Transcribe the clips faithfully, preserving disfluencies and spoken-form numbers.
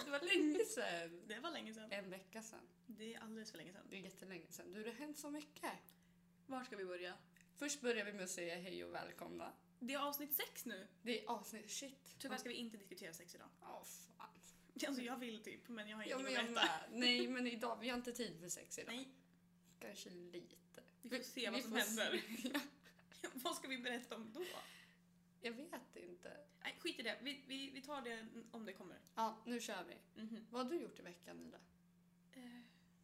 Det var länge sedan. Det var länge sedan. En vecka sedan. Det är alldeles för länge sedan. Det är jättelänge sedan. Du, det har hänt så mycket. Var ska vi börja? Först börjar vi med att säga hej och välkomna. Det är avsnitt sex nu. Det är avsnitt, shit. Tyvärr ska vi inte diskutera sex idag. Åh, oh, fan. Alltså jag vill typ, men jag har Ja, inget men att jag berätta. med. Nej, men idag, vi har inte tid för sex idag. Nej, Kanske lite. vi får se vad vi som får händer. se. Vad ska vi berätta om då? Jag vet inte. Nej, skit i det. Vi, vi, vi tar det om det kommer. Ja, nu kör vi. Mhm. Vad har du gjort i veckan, Ida? Eh,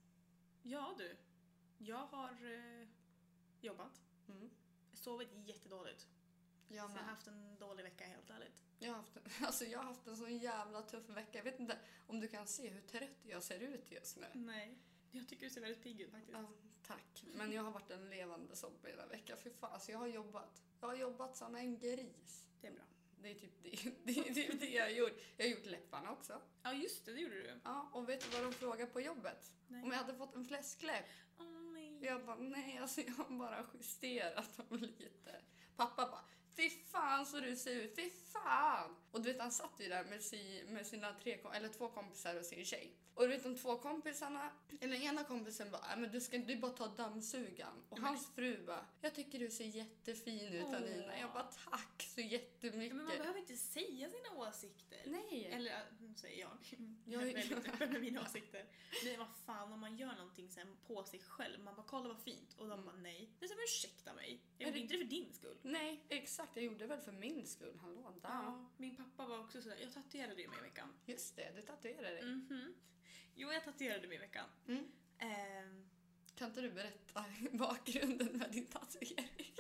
ja du, jag har eh, jobbat. Mm. Sovit jättedåligt. Jag Så jag har med. haft en dålig vecka helt ärligt. Jag har haft en, alltså jag har haft en så jävla tuff vecka. Jag vet inte om du kan se hur trött jag ser ut just nu. Nej, jag tycker du ser väldigt pigg ut faktiskt. Ja, tack. Men jag har varit en levande zombie den här veckan. För fan, alltså jag har jobbat. Jag har jobbat som en gris. Det är bra. Det är typ det, det, är typ det jag har gjort. Jag har gjort läpparna också. Ja just det, det gjorde du. Ja, och vet du vad de frågar på jobbet? Nej. Om jag hade fått en fläskläpp. Åh nej. Jag bara, nej, alltså jag har bara justerat dem lite. Pappa bara, fy fan så du ser ut, fy fan! Och du vet, han satt ju där med, si, med sina tre, eller två kompisar och sin tjej. Och du vet, de två kompisarna, eller ena kompisen bara, men du ska du bara ta dammsugan. Och hans fru bara, jag tycker du ser jättefin ut, Alina. Jag bara, tack så jättemycket. Men man behöver inte säga sina åsikter. Nej. Eller, äh, nu säger jag. Jag Jag är- är väldigt öppen med mina åsikter. Nej, vad fan, om man gör någonting sen på sig själv. Man bara, kolla vad fint. Och de bara, nej. Det är som, ursäkta mig. Jag Är gjorde det- inte det för din skull. Nej, exakt. Jag gjorde väl för min skull. Hallå, där. Ja, min pappa var också sådär, jag tatuerade ju mig i veckan. Just det, du tatuerade dig. Mhm. Jo, jag tatuerade mig i veckan. Mm. Ehm, Kan inte du berätta bakgrunden med din tatuering?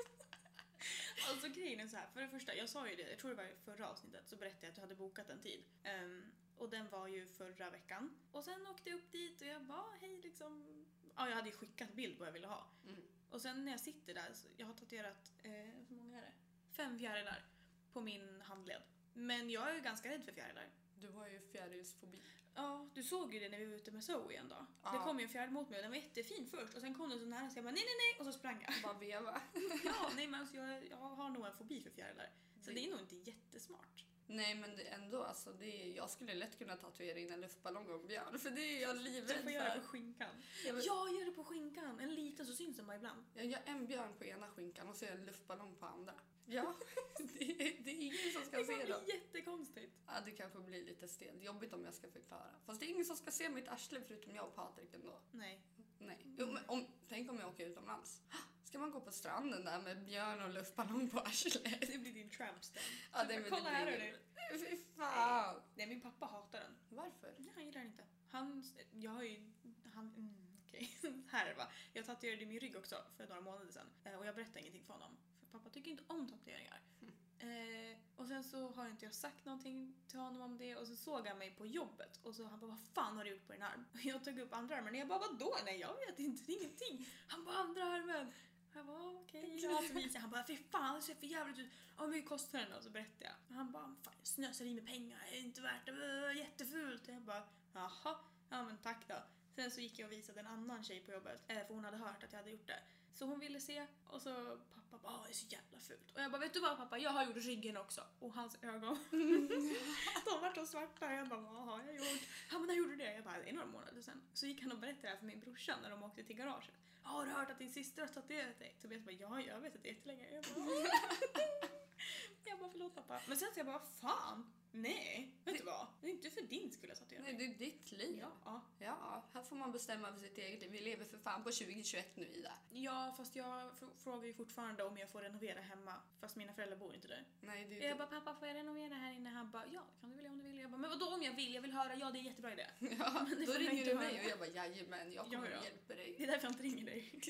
alltså grejen är så här, för det första, jag sa ju det, jag tror det var i förra avsnittet, så berättade jag att du hade bokat en tid. Ehm, och den var ju förra veckan. Och sen åkte jag upp dit och jag bara, hej liksom. Ja, jag hade ju skickat bild på vad jag ville ha. Mm. Och sen när jag sitter där, så jag har tatuerat, eh, hur många är det? Fem fjärilar på min handled. Men jag är ju ganska rädd för fjärilar. Du har ju fjärilsfobi. Ja, du såg ju det när vi var ute med Zoe en dag. Ja. Det kom ju en fjäril mot mig och den var jättefin först. Och sen kom den så nära så jag bara nej, nej, nej. Och så sprang jag. Bara veva. Ja, nej men alltså jag, jag har nog en fobi för fjärilar. Så Det- det är nog inte jättesmart. Nej, men det är ändå, alltså, det är, jag skulle lätt kunna tatuera in en luftballong och en björn. För det är jag Du livrädd får göra det för. på skinkan. Jag vill- Ja, gör det på skinkan. En liten så syns den bara ibland. Jag gör en björn på ena skinkan och så är en luftballong på andra. Ja, det är, det är ingen som ska Det se kommer dem. bli jättekonstigt. Ja, det kanske blir lite stelt. Jobbigt om jag ska förklara. Fast det är ingen som ska se mitt arsle förutom jag och Patrik ändå. Nej. Nej. Jo, men om, tänk om jag åker utomlands. Ska man gå på stranden där med björn och luftballong på arslet? Det blir din tramp stand. Ja, Så det, bara, men kolla här det hörni. blir... Fy fan! Nej, min pappa hatar den. Varför? Nej, han gillar den inte. Han, jag har ju, han, mm, okej, här är det va. Jag tatuerade min rygg också för några månader sedan. Eh, Och jag berättade ingenting för honom. För pappa tycker inte om tatueringar. Eh, och sen så har inte jag sagt någonting till honom om det. Och så såg han mig på jobbet. Och så han bara, vad fan har du gjort på din arm? Och jag tog upp andra armen. Och jag bara, vadå? Nej, jag vet inte, det är ingenting. Han bara, andra armen. Jag bara, okej. Ja, så visade han bara, fy fan, det ser för jävligt ut. Ja, hur mycket kostar den då? Så berättade jag. Och han bara, fan, jag slösar i med pengar. Det är inte värt det. Äh, jättefult. Och jag bara, jaha. Ja, men tack då. Sen så gick jag och visade en annan tjej på jobbet. Eh, för hon hade hört att jag hade gjort det. Så hon ville se. Och så pappa bara, det är så jävla fult. Och jag bara, vet du vad pappa? Jag har gjort ryggen också. Och hans ögon. De var så svarta. Jag bara, vad har jag gjort? Han bara, när gjorde du det? Jag bara, det är några månader sedan. Så gick han och berättade det här för min brorsa när de åkte till garaget. Har du hört att din syster har tatuerat dig? Tobias bara, ja, jag vet att det är jättelänge. Jag bara, jag bara, förlåt pappa. Men sen så jag bara, fan. Nej, vet du vad? Det är inte för din skull jag tatuerar Nej, mig. det är ditt liv. Ja. Ja, här får man bestämma för sitt eget liv. Vi lever för fan på tjugo tjugoett nu, Ida. Ja, fast jag fr- frågar ju fortfarande om jag får renovera hemma. Fast mina föräldrar bor inte där. Nej, det är Jag bara, pappa får jag renovera här inne? Han bara, ja, kan du vilja om du vill. Jag bara, men vadå om jag vill? Jag vill höra, ja det är jättebra idé. Ja, Men det då får jag ringer inte du mig höra. och jag bara, jajamän, jag kommer Ja, ja. och hjälper dig. Det är därför jag inte ringer dig.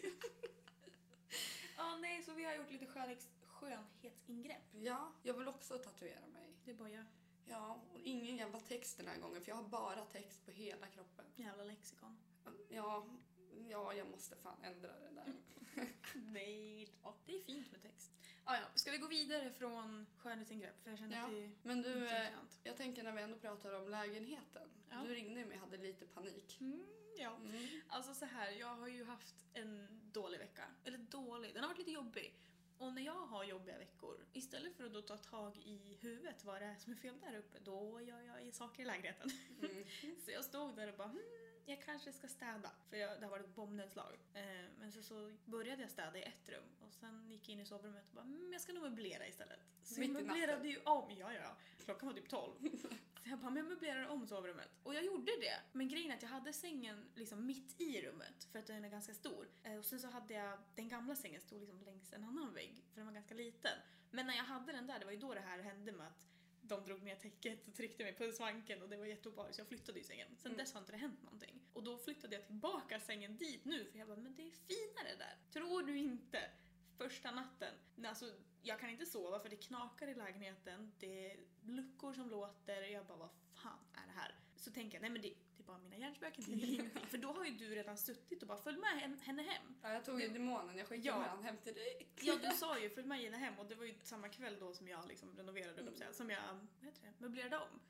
Ja, nej, så vi har gjort lite skönhets- skönhetsingrepp. Ja, jag vill också tatuera mig. Det är bara jag. Ja, och ingen jävla text den här gången för jag har bara text på hela kroppen. Jävla lexikon. Ja, ja jag måste fan ändra det där. Nej då. Det är fint med text. Ah, ja, ska vi gå vidare från skönhetsingrepp? För jag känner Ja, att det är men du, eh, intressant. jag tänker när vi ändå pratar om lägenheten. Ja. Du ringde mig och hade lite panik. Mm, ja. Mm. Alltså så här, jag har ju haft en dålig vecka. Eller dålig, den har varit lite jobbig. Och när jag har jobbiga veckor, istället för att då ta tag i huvudet vad det är som är fel där uppe, då gör jag i saker i lägenheten. Mm. Så jag stod där och bara, hmm, jag kanske ska städa. För jag, det har varit ett bombnedslag. Eh, men så, så började jag städa i ett rum. Och sen gick jag in i sovrummet och bara, mm, jag ska nog möblera istället. Så Mitt i jag möblerade ju om, ja ja, klockan var typ tolv. Så jag bara, men jag möblerade om sovrummet. Och jag gjorde det. Men grejen är att jag hade sängen liksom mitt i rummet. För att den är ganska stor. Eh, och sen så hade jag, den gamla sängen stod liksom längs en annan vägg. För den var ganska liten. Men när jag hade den där, det var ju då det här hände med att de drog ner täcket och tryckte mig på svanken och det var jätteobehagligt så jag flyttade i sängen. Sen mm. dess har inte det hänt någonting. Och då flyttade jag tillbaka sängen dit nu för jag bara, men det är finare där. Tror du inte? Första natten, alltså jag kan inte sova för det knakar i lägenheten, det är luckor som låter, jag bara, vad fan är det här? Så tänker jag, nej men det, det är bara mina hjärnspöken, det är ingenting. För då har ju du redan suttit och bara, följ med henne hem. Ja, jag tog ju demonen, jag skickade ja. med han hem till dig. Ja, du sa ju, följ med henne hem och det var ju samma kväll då som jag liksom renoverade upp sig, som jag, vad heter det, möblerade om.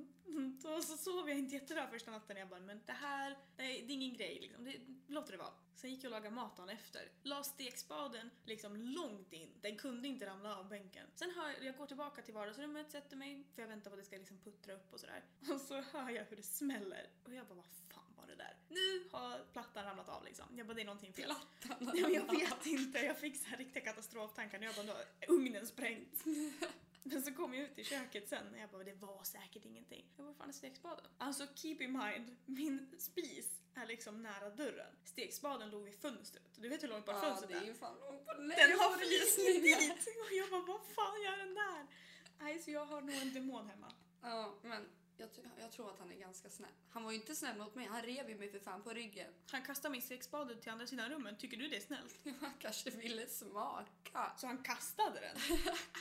Och då så sov jag inte jättebra första natten, jag bara, men det här, det är, det är ingen grej liksom, det, låter det vara. Sen gick jag och lagade mat dagen efter. La stekspaden liksom långt in. Den kunde inte ramla av bänken. Sen hör jag, jag går tillbaka till vardagsrummet, sätter mig. För jag väntar på att det ska liksom puttra upp och sådär. Och så hör jag hur det smäller. Och jag bara, vad fan var det där? Nu har plattan ramlat av liksom. Jag bara, det är någonting fel. Plattan ja, jag vet inte. Jag fick så här riktiga katastroftankar. Jag bara, då har ugnen sprängt. Men så kom jag ut i köket sen och jag bara, det var säkert ingenting. Jag var fan i stekspaden. Alltså keep in mind, min spis är liksom nära dörren. Stekspaden låg vid fönstret. Du vet hur långt bara ja, fönstret är? Ja, det är ju fan långt på den. Den har flugit dit! Och jag bara, vad fan gör den där? Nej, så jag har nog en demon hemma. Ja, men jag, jag tror att han är ganska snäll. Han var ju inte snäll mot mig, han rev ju mig för fan på ryggen. Han kastade min stekspade till andra sidan rummen. Tycker du det är snällt? Han kanske ville smaka. Så han kastade den?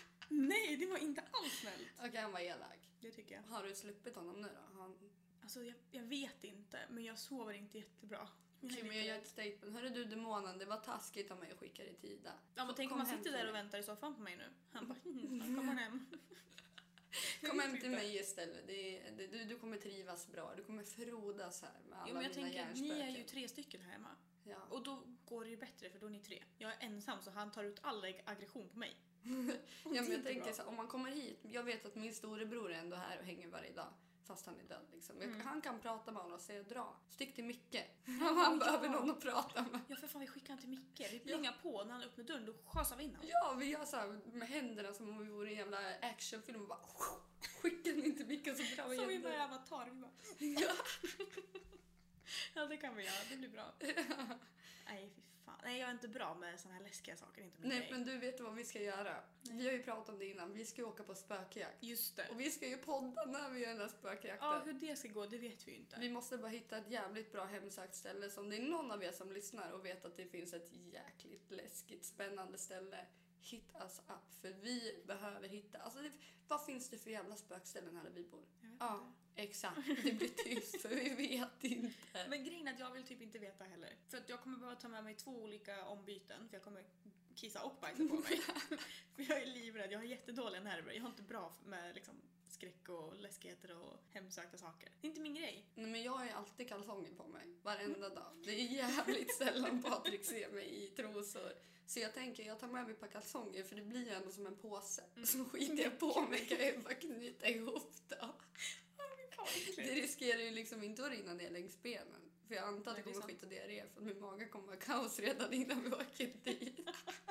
Nej, det var inte alls snällt. Okej, okay, han var elak. Det tycker jag. Har du släppit honom nu då? Han... Alltså, jag, jag vet inte, men jag sover inte jättebra. Okej, okay, men jag gör ett statement. Hörru du, demonen, det var taskigt av mig att skicka dig till Ida. Ja, men tänk om man sitter där och väntar i soffan på mig nu. Han bara, mm, han kommer hem. Kom hem till mig istället. Det är, det, du, du kommer trivas bra. Du kommer frodas här med alla jo, men jag dina tänker, ni är ju tre stycken här hemma. Ja. Och då går det ju bättre för då är ni tre. Jag är ensam så han tar ut all aggression på mig. ja, men jag tänker så, om man kommer hit, jag vet att min storebror är ändå här och hänger varje dag fast han är död liksom. Mm. Han kan prata med honom och säga dra. Stick till Micke. han ja. behöver någon att prata med. Ja, för fan, vi skickar han till Micke. Vi plingar ja. på när han öppnar dörren, då skasar vi in honom. Ja, vi gör så här med händerna som om vi vore i en jävla actionfilm och bara skickar in till Micke så drar vi igen. Som vi bara avatar, vi bara. ja. ja, det kan vi göra. Det blir bra. Nej, fy fan. Nej, jag är inte bra med såna här läskiga saker. Inte Nej, grej. Men du vet vad vi ska göra. Vi har ju pratat om det innan. Vi ska ju åka på spökjakt. Just det. Och vi ska ju podda när vi gör den här spökjakten. Ja, hur det ska gå, det vet vi ju inte. Vi måste bara hitta ett jävligt bra hemsökt ställe. Så om det är någon av er som lyssnar och vet att det finns ett jäkligt läskigt, spännande ställe, hit us up. För vi behöver hitta... Alltså, det, vad finns det för jävla spökställen här där vi bor? Ja, inte. Exakt. Det blir tyst för vi vet inte. Men grejen är att jag vill typ inte veta heller. För att jag kommer behöva ta med mig två olika ombyten. För jag kommer kissa och bajsa på mig. För jag är livrädd. Jag har jättedåliga nerver. Jag har inte bra med liksom skräck och läskigheter och hemsökta saker. Det är inte min grej. Nej, men jag har ju alltid kalsonger på mig. Varenda dag. Det är jävligt sällan Patrik ser mig i trosor. Så jag tänker, jag tar med mig ett par kalsonger för det blir ju ändå som en påse. Mm. Så skiter jag på mig kan jag bara knyta ihop då. Det riskerar ju liksom inte att rinna ner längs benen. För jag antar att det kommer skita diarré för min mage kommer vara kaos redan innan vi åker dit.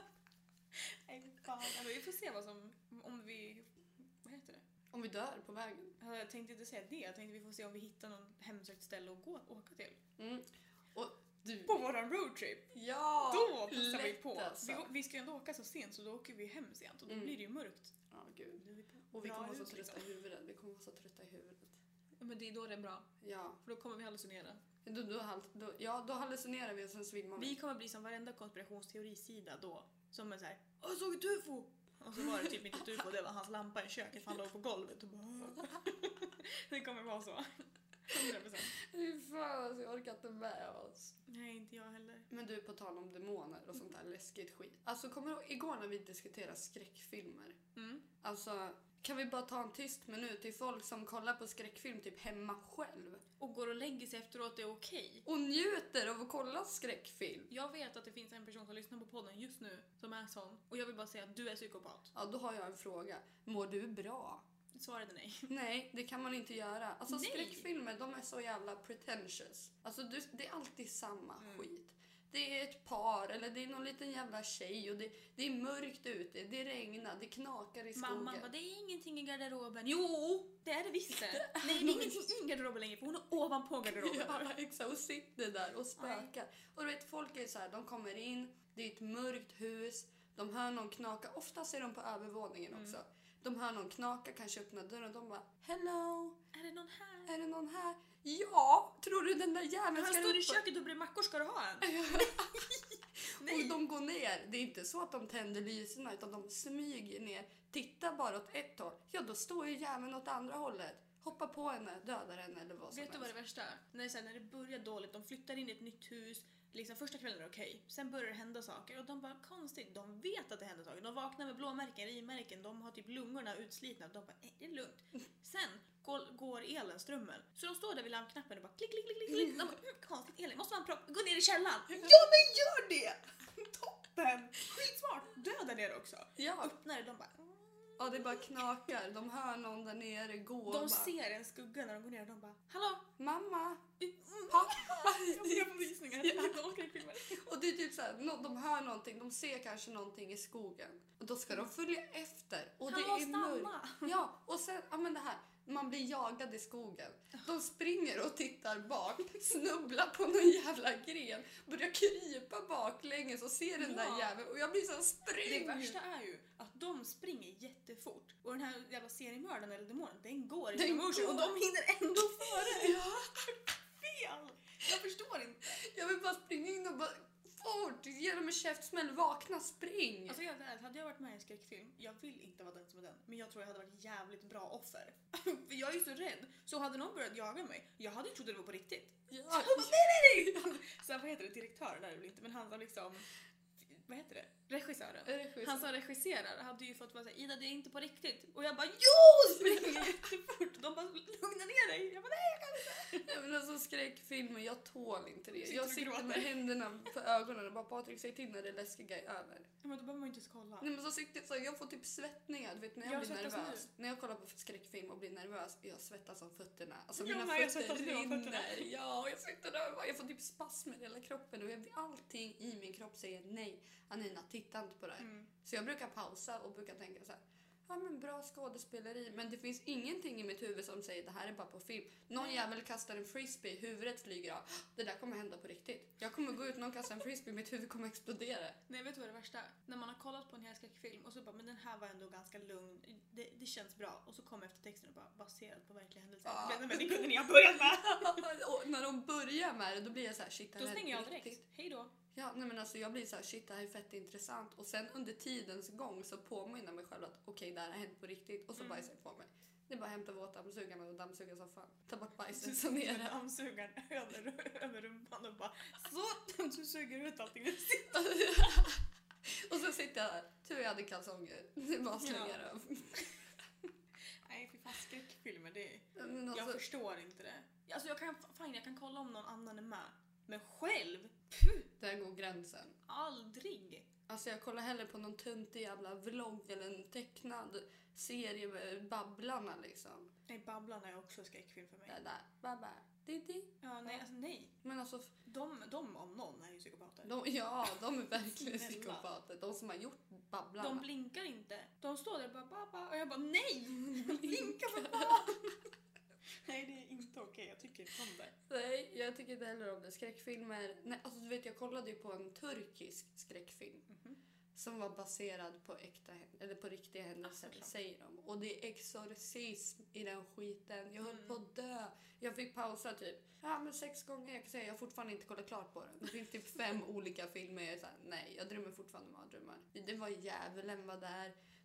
Nej, fan. Vi får se vad som, om vi, vad heter det? Om vi dör på vägen. Jag tänkte inte säga det, jag tänkte vi får se om vi hittar någon hemsökt ställe att gå och åka till. Mm. Och du... På våran roadtrip. Ja, då passar vi på. Alltså. Vi, vi ska ju ändå åka så sent så då åker vi hem sent och då mm. blir det ju mörkt. Ja, gud. Vi och vi kommer vara så trötta liksom. i huvudet. Vi kommer vara så trötta i huvudet. Ja, men det är då det är bra. Ja. För då kommer vi hallucinera. Då, då, då, ja, då hallucinerar vi och sen svimmar vi. Vi kommer bli som varenda konspirationsteorisida då. Som är såhär, jag såg ett U F O! Och så var det typ inte ett U F O, det var hans lampa i köket för han låg på golvet och bara... Det kommer vara så. hundra procent. Fy fan, alltså, jag orkar inte med oss. Nej, inte jag heller. Men du, på tal om demoner och sånt där läskigt skit. Alltså, kommer du ihåg igår när vi diskuterade skräckfilmer? Mm. Alltså, Kan vi bara ta en tyst minut till folk som kollar på skräckfilm typ hemma själv? Och går och lägger sig efteråt, det är okej. Och njuter av att kolla skräckfilm. Jag vet att det finns en person som lyssnar på podden just nu som är sån. Och jag vill bara säga att du är psykopat. Ja, då har jag en fråga. Mår du bra? Svaret är nej. Nej, det kan man inte göra. Alltså Nej. skräckfilmer, de är så jävla pretentious. Alltså du, det är alltid samma Mm. skit. Det är ett par eller det är någon liten jävla tjej och det, det är mörkt ute, det regnar, det knakar i skogen. Mamma bara, det är ingenting i garderoben. Jo, det är det visst det. Nej, det är ingenting i garderoben längre för hon är ovanpå garderoben. Ja, exakt. Och sitter där och spökar. Och du vet, folk är så här, de kommer in, det är ett mörkt hus, de hör någon knaka. Oftast är de på övervåningen Mm. också. De hör någon knaka, kanske öppnar dörren och de bara, hello, Är det någon här? är det någon här? Ja, tror du den där jäveln Han ska står i upp? köket och brer mackor, ska du ha en? Och Nej. de går ner. Det är inte så att de tänder lyserna utan de smyger ner. Tittar bara åt ett håll. Ja, då står ju jäveln åt andra hållet. Hoppar på henne, dödar henne eller vad som Vet du vad det helst. värsta är? När det, så här, när det börjar dåligt, de flyttar in i ett nytt hus. Liksom första kvällen är det okej. Sen börjar det hända saker och de bara konstigt. De vet att det händer saker. De vaknar med blåmärken, rivmärken. De har typ lungorna utslitna. De bara, nej det är lugnt. Sen går, går elen, strömmen. Så de står där vid lampknappen och bara klick, klick, klick, klick, klick. De bara, mm, konstigt, elen, måste man propp. Gå ner i källaren. Ja men gör det! Toppen! Skitsmart! Döda ner också. Ja. Öppnar det, de bara... Ja, det bara knakar. De hör någon där nere gå. och De bara, ser en skugga när de går ner och de bara, hallå? mamma, Mm. pappa. Jag får visningar. Ja. Jag orkar filmer. Och det är typ så här, nå- de hör någonting, de ser kanske någonting i skogen. Och då ska de följa efter. Och det Hallå, är mörkt. stanna! Ja, och sen, ja men det här, man blir jagad i skogen. De springer och tittar bak, snubblar på någon jävla gren, börjar krypa baklänges och ser den Ja. där jäveln. Och jag blir så här, spring! Det värsta är ju att de springer jättefort. Och den här jävla seriemördaren eller demonen, den går i Den slow motion går. och de hinner ändå före. Ja, Fel! Jag förstår inte. jag vill bara springa in och bara fort, ge dem en käftsmäll, vakna, spring! Alltså jag, hade jag varit med i en skräckfilm, jag vill inte vara den som är den, men jag tror jag hade varit jävligt bra offer. För jag är ju så rädd. Så hade någon börjat jaga mig, jag hade ju trott att det var på riktigt. Ja. Jag bara, nej, nej, nej! Så vad heter det, direktören där är väl inte, men han som liksom, vad heter det, regissören. Regissör. Han som regisserar hade ju fått vara såhär, Ida det är inte på riktigt. Och jag bara, jo! Springer jättefort. De bara, lugna ner dig. Jag bara, nej jag kan inte. Ja, men alltså skräckfilmer, jag tål inte det. Sitter Jag och sitter gråter. med händerna på ögonen och bara, Patrik, säg till när det läskiga är över. Ja, men då behöver man ju inte ens kolla. Nej, men så sitter jag, så jag får typ svettningar, du vet när jag, Jag blir svettas nervös. nu. När jag kollar på skräckfilm och blir nervös, jag svettas om fötterna. Alltså Ja, mina men jag fötter svettas nu om fötterna. rinner. Ja, och jag sitter där och bara, jag får typ spasmer i hela kroppen och jag, allting i min kropp säger nej. Anina, titta inte på det här. Mm. Så jag brukar pausa och brukar tänka så här. Ja men bra skådespeleri, men det finns ingenting i mitt huvud som säger det här är bara på film. Någon Nej. jävel kastar en frisbee, huvudet flyger av. Det där kommer hända på riktigt. Jag kommer gå ut, någon kastar en frisbee, mitt huvud kommer explodera. Nej, vet du vad det värsta är? När man har kollat på en hel skräckfilm och så bara, men den här var ändå ganska lugn. Det, det känns bra. Och så kommer eftertexten och bara, baserad på verkliga händelser. Ja. Men, men det kunde ni ha börjat med. Och när de börjar med det, då blir jag så här, shit det Då här är stänger jag på direkt. riktigt. Hej då. Ja, nej men alltså jag blir så här, shit det här är fett intressant. Och sen under tidens gång så påminner mig själv att okej det här har hänt på riktigt. Och så Mm. bajsar jag på mig. Det är bara att hämta våtdammsugarna och dammsuga soffan. Ta bort bajset så ner det. Dammsugaren över, över rumpan och bara, så, du suger ut allting. Och så sitter jag där. Tur jag hade kalsonger. Det är bara att slänga Ja. över. Nej, fy fan, skräckfilmer, det Men jag alltså, förstår inte det. Alltså jag kan, fine, jag kan kolla om någon annan är med. Men själv? Puh, där går gränsen. aldrig. Alltså jag kollar hellre på någon töntig jävla vlogg eller en tecknad serie med Babblarna liksom. Nej, Babblarna är också skräckfilm för mig. Det där. Babba. Didi. Ja, nej, alltså nej. Men alltså, De, de om någon är ju psykopater. de, ja, de är verkligen Snälla. psykopater. De som har gjort Babblarna. De blinkar inte. De står där och bara, babba. Och jag bara, nej! Blinka för fan! Nej, det är inte okej. Jag tycker inte om det. Nej, jag tycker inte heller om det. Skräckfilmer. Nej, alltså du vet, jag kollade ju på en turkisk skräckfilm. Mhm. Som var baserad på äkta hän- eller på riktiga händelser, Ah, såklart. säger de. Och det är exorcism i den skiten. Jag höll Mm. på att dö. Jag fick pausa typ. Ja, men sex gånger. Jag kan säga jag har fortfarande inte kollat klart på den. Det finns typ fem olika filmer. Jag är så här, nej, jag drömmer fortfarande mardrömmar. Det var djävulen var där.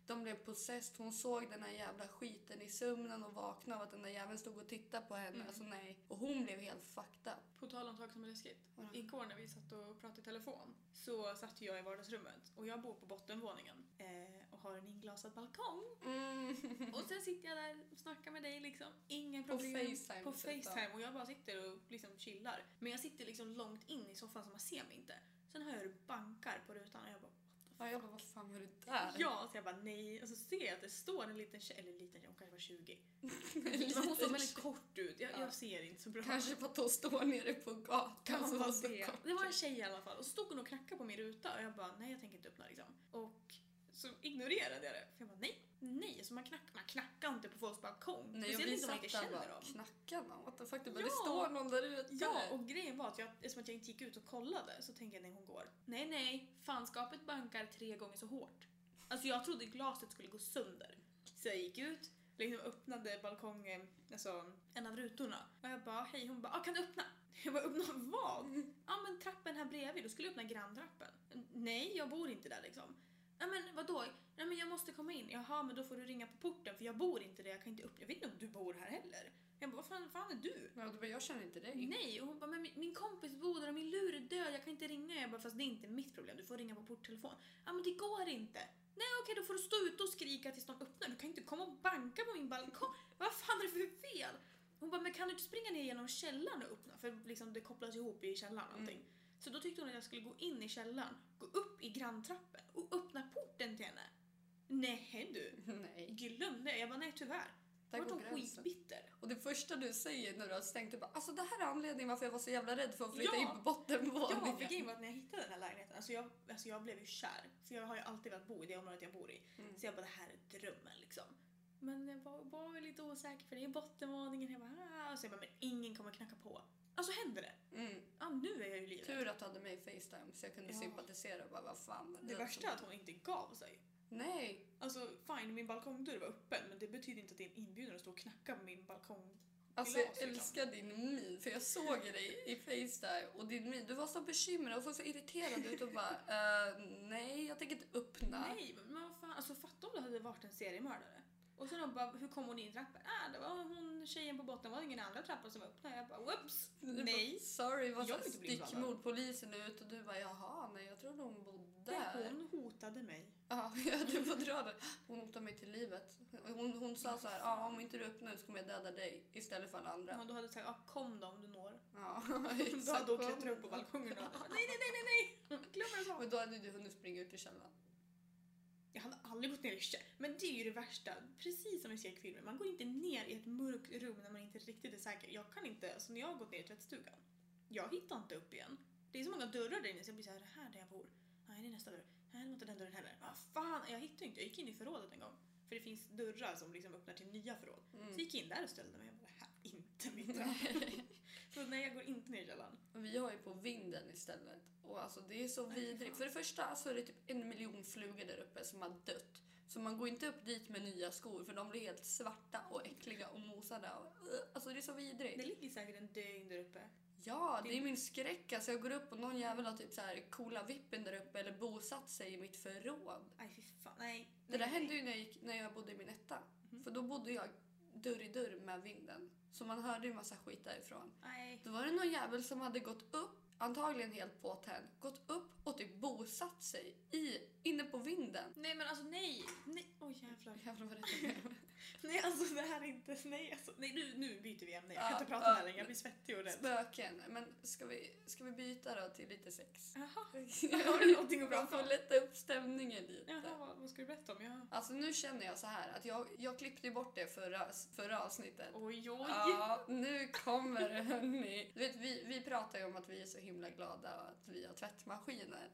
de blev possessed. Hon såg den här jävla skiten i sömnen och vaknade av att den där jäveln stod och tittade på henne. Mm. Alltså nej. Och hon blev helt fucked up. På tal om saker som är läskigt. Vadå? Igår när vi satt och pratade i telefon så satt jag i vardagsrummet och jag bor på bottenvåningen eh, och har en inglasad balkong. Mm. Och sen sitter jag där och snackar med dig liksom. Inga På problem. FaceTime. På typ, FaceTime och jag bara sitter och liksom chillar. Men jag sitter liksom långt in i soffan så man ser mig inte. Sen hör jag hur det bankar på rutan och jag bara Ja, jag bara, vad fan var det där? ja, så jag bara nej. Och så ser jag att det står en liten tjej, eller liten tjej, hon kanske var tjugo. Men Liten hon såg väldigt tjej. kort ut. Jag, Ja. jag ser inte så bra. Kanske för att hon står nere på gatan. Kan så vara så det. kort. Det var en tjej i alla fall. Och så stod hon och knackade på min ruta och jag bara nej, jag tänker inte öppna liksom. Och så ignorerade jag det. För jag bara nej, nej. Så man, knack, man knackar inte på folks balkong. Nej, och Speciellt vi inte om man satt inte där känner bara, dem. knackarna, what the fuck, det, bara, Ja. det står någon där ute. Ja, och grejen var att jag, eftersom att jag inte gick ut och kollade så tänkte jag när hon går. Nej, nej, fanskapet bankar tre gånger så hårt. Alltså jag trodde glaset skulle gå sönder. Så jag gick ut, liksom öppnade balkongen, alltså en av rutorna. Och jag bara, hej, hon bara, ah, kan du öppna? Jag bara, öppna vad? Ja, men trappen här bredvid, då skulle jag öppna granntrappen. Nej, jag bor inte där liksom. Ja, men vadå? Nej, men jag måste komma in. Jaha, men då får du ringa på porten för jag bor inte där, jag kan inte öppna. Jag vet inte om du bor här heller. Jag bara, vad fan, fan är du? Ja, du bara, jag känner inte dig. Nej, och hon bara, men min, min kompis bor där och min lur är död, jag kan inte ringa. Jag bara, fast det är inte mitt problem, du får ringa på porttelefon. Ja, men det går inte. Nej, okej, då får du stå ute och skrika tills de öppnar. Du kan inte komma och banka på min balkong. Vad fan är det för fel? Hon bara, men kan du inte springa ner genom källaren och öppna? För liksom det kopplas ihop i källaren och allting. Mm. Så då tyckte hon att jag skulle gå in i källaren, gå upp i granntrappen och öppna porten till henne. Nej du, Nej. glöm det. Jag bara, nej tyvärr. Där Då var går hon gränsen. skitbitter. Och det första du säger när du har stängt, du bara, alltså det här är anledningen varför jag var så jävla rädd för att flytta Ja. in på bottenvåningen. Ja, för grejen var att när jag hittade den här lägenheten, alltså jag, alltså jag blev ju kär. För jag har ju alltid velat bo i det området jag bor i. Mm. Så jag bara, det här är drömmen liksom. Men jag var, var lite osäker för det är bottenvåningen. Jag bara, ah. Så jag bara, men ingen kommer knacka på. Alltså händer det? Mm. Ja, nu är jag ju livrädd. Tur att du hade mig i FaceTime så jag kunde Ja. sympatisera och bara, vad fan. Det värsta är att hon inte gav sig. Nej. Alltså fine, min balkongdörr var öppen, men det betyder inte att det är en inbjudan att stå och knacka på min balkong. Alltså Glas, jag liksom. älskar din min, för jag såg dig i FaceTime och din min, du var så bekymrad och så, så irriterad ut och bara, uh, nej jag tänker inte öppna. Nej, men vad fan, alltså fatta om det hade varit en seriemördare. Och sen de bara, hur kom hon in i trappan? Ah, det var hon tjejen på botten, var ingen andra trappan som öppnade. Jag bara, whoops, Du nej. bara, sorry, vad Jag så vill inte bli inblandad. stickmordpolisen ut och du bara, jaha, nej jag trodde hon bodde där. Hon hotade mig. Ja, du får dra det. Hon hotade mig till livet. Hon, hon sa så här, ja om inte du öppnar så kommer jag döda dig istället för alla andra. Ja, då hade jag sagt, ah, kom då om du når. Ja, Då hade hon klättrat upp på balkongen och bara, nej, nej, nej, nej, nej. Glöm vad jag sa. Men då hade du hunnit springa ut i källaren. Jag hade aldrig gått ner i källaren. Men det är ju det värsta. Precis som i skräckfilmer. Man går inte ner i ett mörkt rum när man inte riktigt är säker. Jag kan inte, alltså när jag har gått ner i tvättstugan. Jag hittar inte upp igen. Det är så många dörrar där inne så jag blir så här, det här där jag bor. Nej, det är nästa dörr. Nej, det var inte den dörren heller. Vad fan, jag hittade inte. Jag gick in i förrådet en gång. För det finns dörrar som liksom öppnar till nya förråd. Mm. Så jag gick in där och ställde mig. Jag bara, det här är inte mitt rum. Så nej, jag går inte ner i källaren. Vi har ju på vinden istället. Och alltså det är så vidrigt. För det första så är det typ en miljon flugor där uppe som har dött. Så man går inte upp dit med nya skor för de blir helt svarta och äckliga och mosade. Och, alltså det är så vidrigt. Det ligger säkert en döing där uppe. Ja, det är min skräck. Alltså jag går upp och någon jävel har typ så här coola vippen där uppe eller bosatt sig i mitt förråd. Nej, fy fan. Nej. Det där nej, hände nej. ju när jag, gick, när jag bodde i min etta. Mhm. För då bodde jag dörr i dörr med vinden. Så man hörde ju en massa skit därifrån. Nej. Då var det någon jävel som hade gått upp, antagligen helt påtänd, gått upp och typ bosatt sig i, inne på vinden. Nej, men alltså nej. Nej, oj jävlar. Jävlar vad det är. Nej, alltså det här är inte... Nej, alltså, nej nu, nu byter vi ämne. Jag kan Ja, inte prata ja. om det här längre. Jag blir svettig och rädd. Spöken. Men ska vi, ska vi byta då till lite sex? Jaha. Har du någonting att prata För om? att lätta upp stämningen lite. Jaha, vad, vad ska du berätta om? Jag... Alltså nu känner jag så här att jag, jag klippte ju bort det förra, förra avsnittet. Oj, oj. Ja, nu kommer det hörni. Du vet, vi, vi pratar ju om att vi är så himla glada och att vi har tvättmaskiner.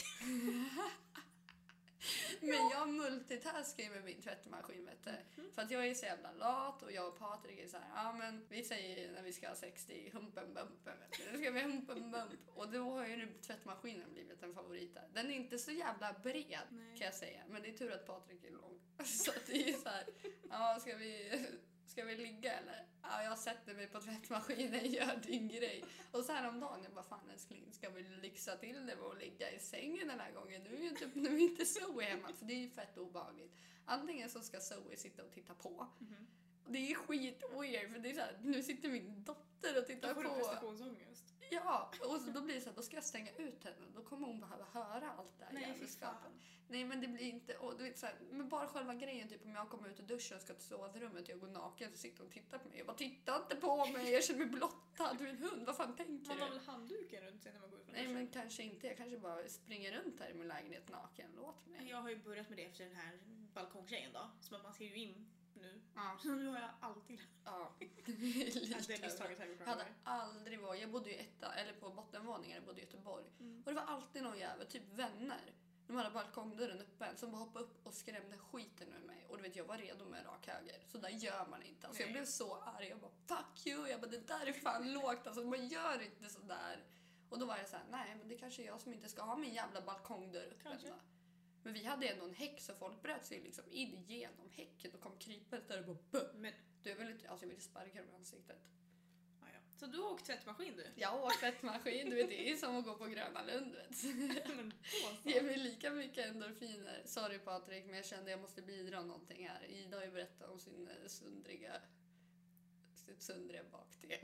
Men jag multitaskar ju med min tvättmaskin, vet du. Mm. För att jag är så jävla lat och jag och Patrik är så här, ja men vi säger när vi ska ha sex, det är humpen bumpen, vet du. Nu ska vi humpen bump. Och då har ju nu tvättmaskinen blivit en favorit där. Den är inte så jävla bred Nej. kan jag säga, men det är tur att Patrik är lång. Så att det är så här, ja ska vi... ska vi ligga eller? Ja, jag sätter mig på tvättmaskinen, gör din grej. Och så här om dagen, jag bara, fan älskling, ska vi lyxa till det med att ligga i sängen den här gången? Nu är ju inte, nu är inte Zoe hemma, för det är ju fett obehagligt. Antingen så ska Zoe sitta och titta på. Mhm. Och det är skit weird, för det är så här, nu sitter min dotter och tittar Då får på. du prestationsångest. Ja, och så, då blir det så här, då ska jag stänga ut henne. Då kommer hon behöva höra allt det här Nej, fy jävelskapet. fan. Nej, men det blir inte, och du vet så här, men bara själva grejen, typ om jag kommer ut ur duschen och ska till sovrummet och jag går naken så sitter hon och tittar på mig. Jag bara, titta inte på mig, jag känner mig blottad, du är en hund, vad fan tänker Man har du? väl handduken runt sig när man går ut från Nej, duschen? men kanske inte, jag kanske bara springer runt här i min lägenhet naken, låt mig. Jag har ju börjat med det efter den här balkongtjejen då. Som att man ser ju in nu. Ja, Så nu har jag alltid... ja. Alltså, det misstaget har jag gjort Jag några hade gånger. aldrig varit, jag bodde ju etta, eller på bottenvåningen, jag bodde i Göteborg. Mm. Och det var alltid någon jävel, typ vänner. De hade balkongdörren öppen som bara hoppade upp och skrämde skiten ur mig. Och du vet, jag var redo med rak höger. Så där gör man inte. Alltså, jag Nej. blev så arg. Jag bara, fuck you. Jag bara, det där är fan lågt. Alltså, man gör inte så där. Och då var jag så här, nej, men det kanske är jag som inte ska ha min jävla balkongdörr öppen. Kanske. Då. Men vi hade ändå en häck så folk bröt sig liksom in genom häcken och kom krypet där och bara, Bö! Men, Du är väl inte, alltså jag ville sparka dem i ansiktet. ja, ja. Så du har åkt tvättmaskin du? Jag har åkt tvättmaskin, du vet, det är som att gå på Gröna Lund, vet. Men då Det så. ger mig lika mycket endorfiner. Sorry Patrik, men jag kände jag måste bidra någonting här. Ida har ju berättat om sin eh, sundriga, sitt sundriga bakdel.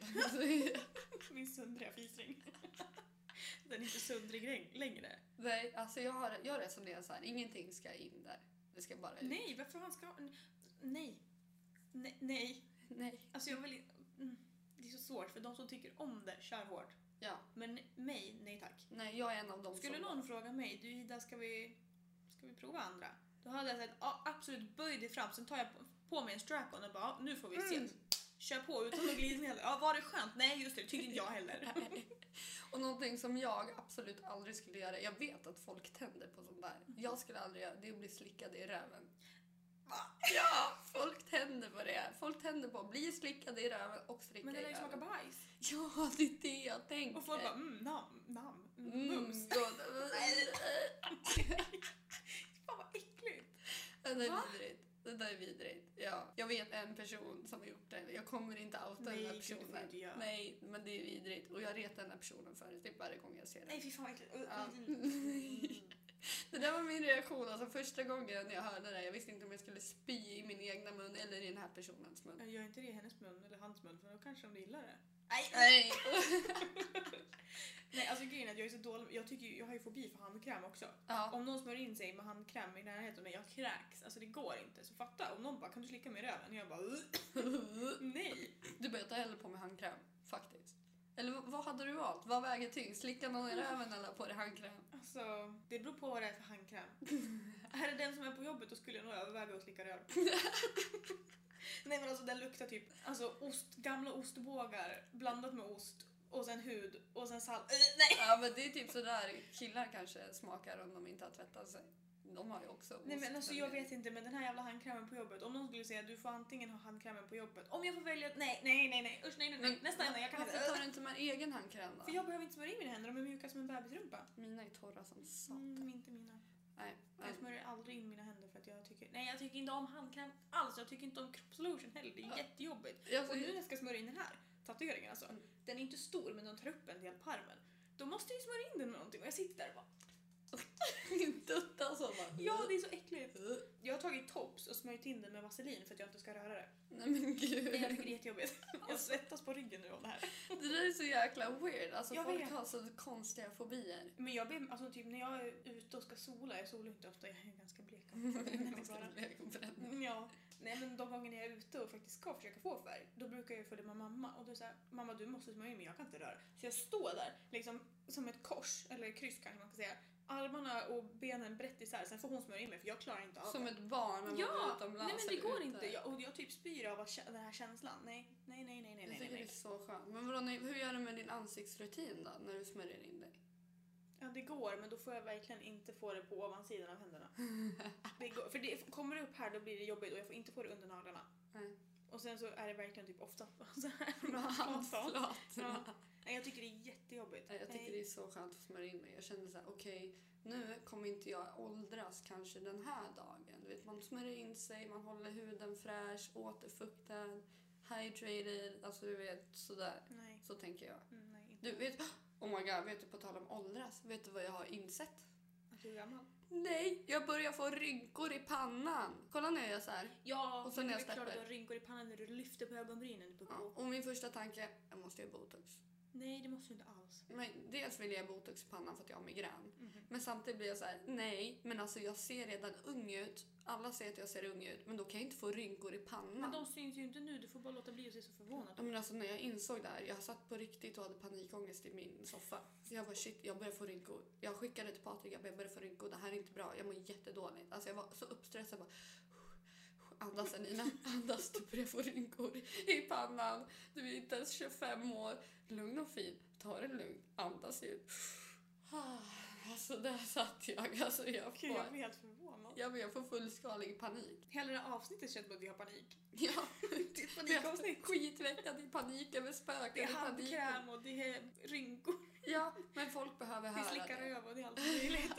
Min sundriga fisring. Den är inte sundrig läng- längre. Nej, alltså jag har, jag resonerar så här, ingenting ska in där. Det ska bara ut. Nej, varför han ska... Nej. Nej. Nej. Nej. Alltså jag vill inte... Mm. Det är så svårt för de som tycker om det kör hårt. Ja, Men mig, nej tack. nej, jag är en av dem Skulle som... någon fråga mig, du Ida, ska vi, ska vi prova andra? Då hade jag sagt, ja absolut, böj dig fram, sen tar jag på, på mig en strap-on och bara, ja, nu får vi se. Mm. Kör på utan att glida ner. Ja, var det skönt? Nej, just det, det tyckte inte jag heller. Och någonting som jag absolut aldrig skulle göra, jag vet att folk tänder på sånt där. Jag skulle aldrig göra det, är att bli slickad i röven. Ja, folk tänder på det. Folk tänder på att bli slickade i röven och slicka Men det i lär ju smaka röven. bajs. Ja, det är det jag tänker. Och folk bara, mm, nam, nam, Mm, mums. gott. Fan vad äckligt. Det där Va? är vidrigt. Det där är vidrigt. Ja. Jag vet en person som har gjort det. Jag kommer inte outa Nej, den här gud, det får personen. du inte göra. Nej, men det är vidrigt. Och jag retar den här personen för typ varje gång jag ser den. Nej, fy fan vad äckligt. Ja. Mm. Det där var min reaktion. Alltså första gången jag hörde det. Jag visste inte om jag skulle spy i min egna mun eller i den här personens mun. Gör inte det i hennes mun eller hans mun, för då kanske de gillar det. Nej, Nej. Nej, alltså grejen är att jag är så dålig. Jag, tycker, ju- jag har ju fobi för handkräm också. Ja. Om någon smörjer in sig med handkräm i närheten av mig, jag kräks. Alltså det går inte. Så fatta, om någon bara, kan du slicka mig i röven? Jag bara, nej. Du börjar ta hellre på med handkräm. Faktiskt. Eller vad- vad hade du valt? Vad väger tyngst? Slicka någon i röven eller på dig handkräm? Alltså, det beror på vad det är för handkräm. Är det den som är på jobbet, då skulle jag nog överväga att slicka röv. Nej men alltså den luktar typ, alltså ost, gamla ostbågar blandat med ost. Och sen hud och sen salt. Äh, nej! Ja, men det är typ sådär killar kanske smakar om de inte har tvättat sig. De har ju också Nej men ost, alltså jag vet inte, men den här jävla handkrämen på jobbet. Om någon skulle säga du får antingen ha handkrämen på jobbet. Om jag får välja, nej, nej, nej, nej, usch nej, nej, nej. Men Nästa ämne, jag kan varför inte. tar du inte med egen handkräm då? För jag behöver inte smörja in mina händer, de är mjuka som en bebisrumpa. Mina är torra som satan. Mm, inte mina. Nej, Jag men, smörjer aldrig in mina händer för att jag tycker, nej jag tycker inte om handkräm alls. Jag tycker inte om kroppslotion heller, det är Ja. jättejobbigt. jag, Och nu när jag ska smörja in den här tatueringen alltså, Mm. den är inte stor men den tar upp en del på armen. Då måste jag ju smörja in den med någonting och jag sitter där och bara, dutta så bara. ja det är så äckligt. Jag har tagit tops och smörjt in den med vaselin för att jag inte ska röra det. Nej men gud. Nej, jag tycker det är jättejobbigt. Jag svettas på ryggen nu av det här. Det där är så jäkla weird. Alltså Jag folk vet. har så konstiga fobier. Men jag ber, alltså typ när jag är ute och ska sola, jag solar inte ofta, jag är ganska blek. Mm, ja. Nej men de gånger jag är ute och faktiskt ska försöka få färg, då brukar jag följa med mamma och då säger mamma du måste smörja in mig, jag kan inte röra. Så jag står där liksom som ett kors, eller kryss kanske man kan säga. Armarna och benen brett isär, sen får hon smörja in mig för jag klarar inte av Som det. ett barn när man är Ja, utomlands. nej men det eller går ute. inte. Jag, och jag typ spyr av att kä- den här känslan. Nej, nej, nej, nej, nej, Jag nej, tycker det är nej. så skönt. Men vadå, nej, hur gör du med din ansiktsrutin då, när du smörjer in dig? Ja det går, men då får jag verkligen inte få det på ovansidan av händerna. Det går, för det kommer det upp här då blir det jobbigt och jag får inte få det under naglarna. Nej. Och sen så är det verkligen typ ofta så här. Med handflatorna. Ja. Nej, jag tycker det är jättejobbigt. Nej, jag tycker Nej. det är så skönt att smörja in mig. Jag kände så här, okej, nu kommer inte jag åldras kanske den här dagen. Du vet, man smörjer in sig, man håller huden fräsch, återfuktad, hydrated, alltså du vet sådär. Nej. Så tänker jag. Mm, nej, inte. Du vet, oh my god, vet du på tal om åldras, vet du vad jag har insett? Att du är gammal? Nej, jag börjar få rynkor i pannan. Kolla när jag gör så här. Ja, Och så men när det är jag klart att släpper. du har rynkor i pannan när du lyfter på ögonbrynen. På Ja, och min första tanke, jag måste göra botox. Nej, det måste du inte alls. Men dels vill jag göra botox i pannan för att jag har migrän. Mhm. Men samtidigt blir jag så här: nej, men alltså jag ser redan ung ut. Alla säger att jag ser ung ut, men då kan jag inte få rynkor i pannan. Men de syns ju inte nu, du får bara låta bli och se så förvånad Ja, men alltså när jag insåg det här, jag satt på riktigt och hade panikångest i min soffa. Jag var shit, jag börjar få rynkor. Jag skickade till Patrik, jag börjar få rynkor, det här är inte bra, jag mår jättedåligt. Alltså jag var så uppstressad, bara andas Anina, andas, du börjar få rynkor i pannan. Du är inte ens tjugofem år, lugn och fin, ta det lugnt, andas ut. Alltså där satt jag, alltså jag Gud, jag får, blir helt förvånad. jag blir för fullskalig panik. Hela det här avsnittet känns som att vi har panik. Ja, Det är ett panikavsnitt. skitveckad i panik över spöken. Det är i paniken. handkräm och det är rynkor. Ja, men folk behöver Vi höra slickar det. över och det är allt möjligt.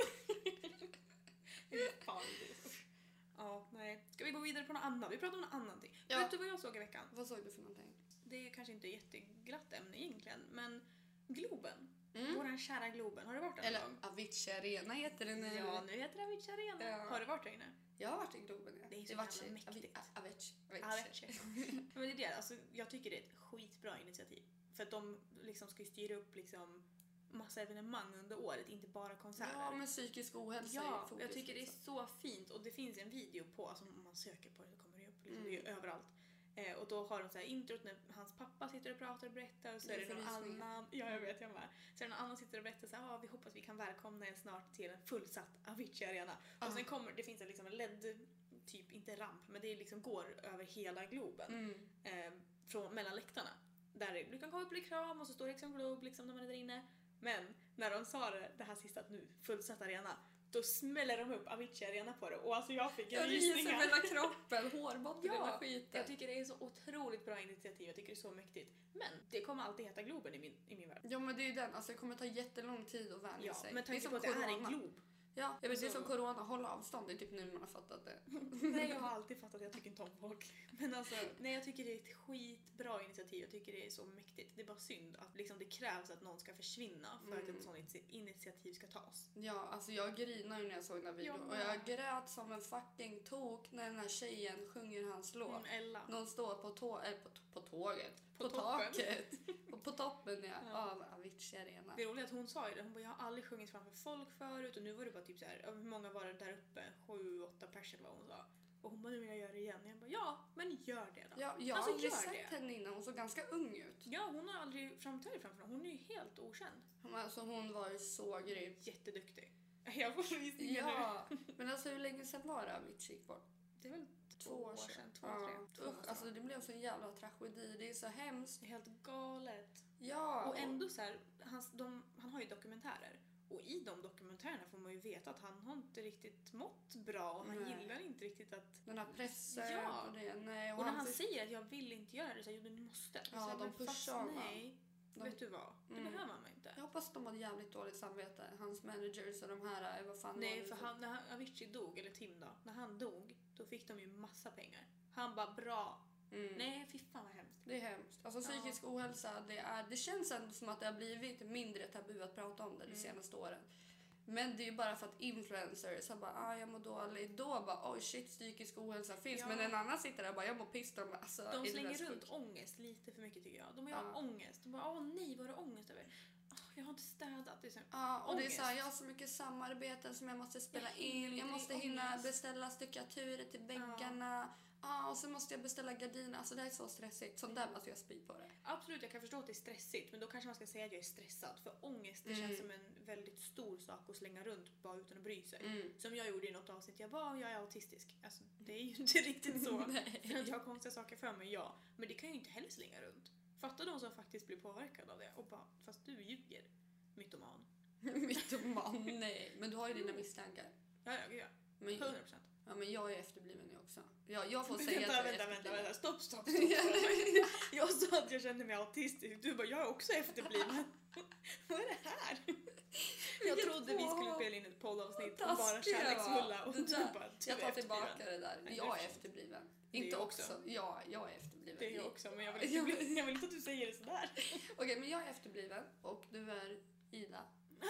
Det är fan det. Ja, nej. Ska vi gå vidare på något annat? Vi pratar om något annat. Ja. Vet du vad jag såg i veckan? Vad såg du för någonting? Det är kanske inte ett jätteglatt ämne egentligen, men Globen. Mm. Våran kära Globen. Har du varit där Eller någon gång? Avicii Arena heter det nu. Ja, nu heter det Avicii Arena. Ja. Har du varit där inne? Jag har varit i Globen. Ja. Det är så var jävla mäktigt. Avicii. Avicii. Men det är det, alltså, jag tycker det är ett skitbra initiativ. För att de liksom ska ju styra upp liksom massa evenemang under året, inte bara konserter. Ja, men psykisk ohälsa Ja, är fokus, jag tycker det är liksom. så fint och det finns en video på, alltså om man söker på det så kommer det upp, liksom, Mm. det är ju överallt. Eh, och då har de så här introt när hans pappa sitter och pratar och berättar och så Det är är det någon förvisningar. annan, ja jag vet jag med. Så är det någon annan sitter och berättar så här, ah, vi hoppas vi kan välkomna er snart till en fullsatt Avicii Arena. Ah. Och sen kommer, det finns en liksom en L E D, typ inte ramp, men det liksom går över hela Globen. Mm. Eh, från, mellan läktarna. Där du kan komma upp och bli kram och så står det liksom Globe liksom när man är där inne. Men när de sa det, det här sista att nu, fullsatt arena, då smäller de upp Avicii Arena på det. Och alltså jag fick Jag ryser rysningar. hela kroppen, hårbotten, Ja, hela skiten. Jag tycker det är så otroligt bra initiativ, jag tycker det är så mäktigt. Men det kommer alltid heta Globen i min, i min värld. Ja, men det är ju den. Alltså det kommer ta jättelång tid att vänja Ja, sig. men det är tanke som på att det är en corona. glob. Ja, jag vet, det är Alltså- som corona, hålla avstånd. Det är typ nu man har fattat det. Nej, jag har alltid fattat att jag tycker inte om folk. Men alltså, nej jag tycker det är ett skitbra initiativ, jag tycker det är så mäktigt. Det är bara synd att liksom, det krävs att någon ska försvinna för att Mm. ett sånt initiativ ska tas. Ja, alltså jag grinade ju när jag såg den här videon. Jag och jag med. grät som en fucking tok när den här tjejen sjunger hans låt. Mm, Ella. Någon står på, tå- äh, på, på tåget. På På, toppen. taket. och på toppen ja, Ja. av Avicii Arena. Det är roligt att hon sa ju det, hon bara jag har aldrig sjungit framför folk förut och nu var det bara typ så här, hur många var det där uppe? Sju, åtta personer vad hon sa. Och hon bara nu vill jag göra det igen. Jag bara ja, men gör det då. Ja, jag Alltså, har aldrig gör sett det. henne innan. Hon såg ganska ung ut. Ja, hon har aldrig framträtt framför någon. Hon är ju helt okänd. Alltså hon var ju så grym. Jätteduktig. Jag får rysningar nu. Ja, men alltså hur länge sedan var det Avicii gick bort? Det är väl två år sedan, två, Ja. tre. Två Usch, måste alltså det det blev så en jävla tragedi. Det är så hemskt. är helt galet. Ja. Och ändå så här, hans, de, han har ju dokumentärer. Och i de dokumentärerna får man ju veta att han har inte riktigt mått bra och han Nej. gillar inte riktigt att... Den här pressen Ja. och det. Nej, Och när han typ- säger att jag vill inte göra det så jag, du måste. Ja, så här, de men fast pushar honom. nej, De- vet du vad? Det Mm. behöver man inte. Jag hoppas att de hade jävligt dåligt samvete. Hans managers och de här, eh, vad fan var Nej, det för som- han, när han, Avicii dog, eller Tim då, när han dog, då fick de ju massa pengar. Han bara bra. Mm. Nej, fy fan vad hemskt. Det är hemskt. Alltså psykisk ohälsa, det, är, det känns ändå som att det har blivit mindre tabu att prata om det de Mm. senaste åren. Men det är ju bara för att influencers har bara, ah, jag mår dåligt. Då bara, oj shit, psykisk ohälsa finns. Ja. Men en annan sitter där och bara, jag mår piss. De, alltså, är De det slänger mest runt sjukt? ångest lite för mycket tycker jag. De har Ja. ångest. De bara, åh nej, vad har du ångest över? "Åh, jag har inte städat. Det är så här, Ja, och det är Ångest. så här, jag har så mycket samarbeten som jag måste spela Jag hinner in. inte, Jag det är måste hinna ångest. beställa styckaturer till väggarna. Ja, och så måste jag beställa gardiner. Alltså det här är så stressigt. Sånt där måste jag spy på det. Absolut, jag kan förstå att det är stressigt, men då kanske man ska säga att jag är stressad. För ångest, det Mm. känns som en väldigt stor sak att slänga runt bara utan att bry sig. Mm. Som jag gjorde i något avsnitt, jag bara, jag är autistisk. Alltså, det är ju inte riktigt så. Nej. För att jag har konstiga saker för mig, ja. Men det kan jag ju inte heller slänga runt. Fatta de som faktiskt blir påverkade av det och bara, fast du ljuger. Mytoman. Mytoman, nej. Men du har ju dina misstankar. Ja, ja, ja. Men, hundra procent. ja, men jag är efterbliven nu också. Jag, jag får säga Vänta, att jag är vänta, vänta, efterbliven. vänta, stopp, stopp, stopp. Jag sa att jag kände mig autistisk, du bara, jag är också efterbliven. Vad är det här? Jag Vilket trodde vi skulle påhopp. spela in ett poddavsnitt Vad om bara taskig jag var. kärleksfulla och Det du där- bara, du Jag är tar tillbaka efterbliven. det där. Nej, Jag är det är efterbliven. Det är Inte jag också. också. Ja, jag är efterbliven. Det är jag också, men jag vill Ja, inte, men- bli, jag vill inte att du säger det sådär. Okej, men jag är efterbliven och du är Ida.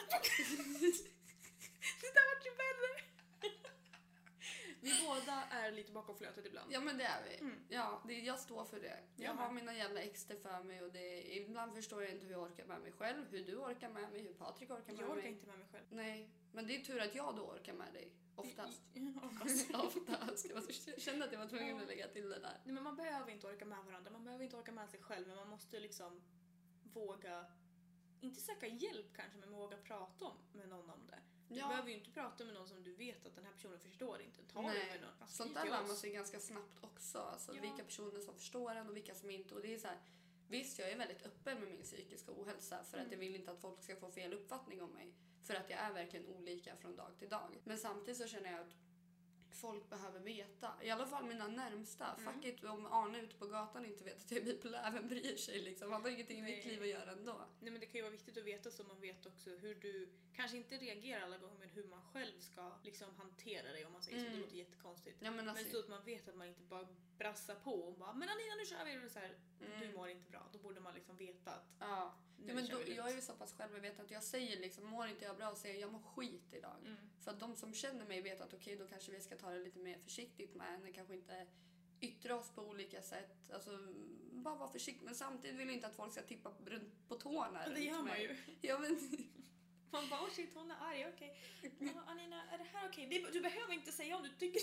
Det där vart ju värre. Vi båda är lite bakom flötet ibland. Ja, men det är vi. Mm. Ja, det, jag står för det. Jag Jag har med. mina jävla exter för mig och det, ibland förstår jag inte hur jag orkar med mig själv, hur du orkar med mig, hur Patrik orkar med Jag orkar mig. inte med mig själv. Nej, men det är tur att jag då orkar med dig. Oftast. Oftast. Oftast. Jag var- jag kände att jag var tvungen att lägga till det där. Nej, men man behöver inte orka med varandra, man behöver inte orka med sig själv, men man måste liksom våga, inte söka hjälp kanske, men våga prata om, med någon om det. Du Ja. behöver ju inte prata med någon som du vet att den här personen förstår inte. Ta det Nej, med någon. Skriv sånt där till lär man oss. sig ganska snabbt också. Alltså, Ja. vilka personer som förstår en och vilka som inte. Och det är så här, visst, jag är väldigt öppen med min psykiska ohälsa för att Mm. jag vill inte att folk ska få fel uppfattning om mig. För att jag är verkligen olika från dag till dag. Men samtidigt så känner jag att folk behöver veta. I alla fall mina närmsta. Mm. Fuck it, om Arne ute på gatan inte vet att jag är bipolär, vem bryr sig liksom? Han har ingenting i mitt Nej. liv att göra ändå. Nej, men det kan ju vara viktigt att veta så man vet också hur du, kanske inte reagerar alla gånger, men hur man själv ska liksom hantera dig om man säger så. Mm. Det låter jättekonstigt. Ja, men alltså, Men så att man vet att man inte bara brassar på och bara men Anina, nu kör vi! Och så här, Mm. du mår inte bra. Då borde man liksom veta att ja. nu Ja, men kör då, vi lugnt. jag är ju så pass självmedveten att jag säger liksom, mår inte jag bra, säger jag mår skit idag. Mm. För att de som känner mig vet att okej, då kanske vi ska ta det lite mer försiktigt med henne. Kanske inte yttra oss på olika sätt. Alltså, bara vara försiktig. Men samtidigt vill jag inte att folk ska tippa runt på tårna. Men det runt gör man mig. ju. Ja, men, Man bara, oh shit, hon är arg, okej. Ja, Anina, är det här okej? Det- Du behöver inte säga om du tycker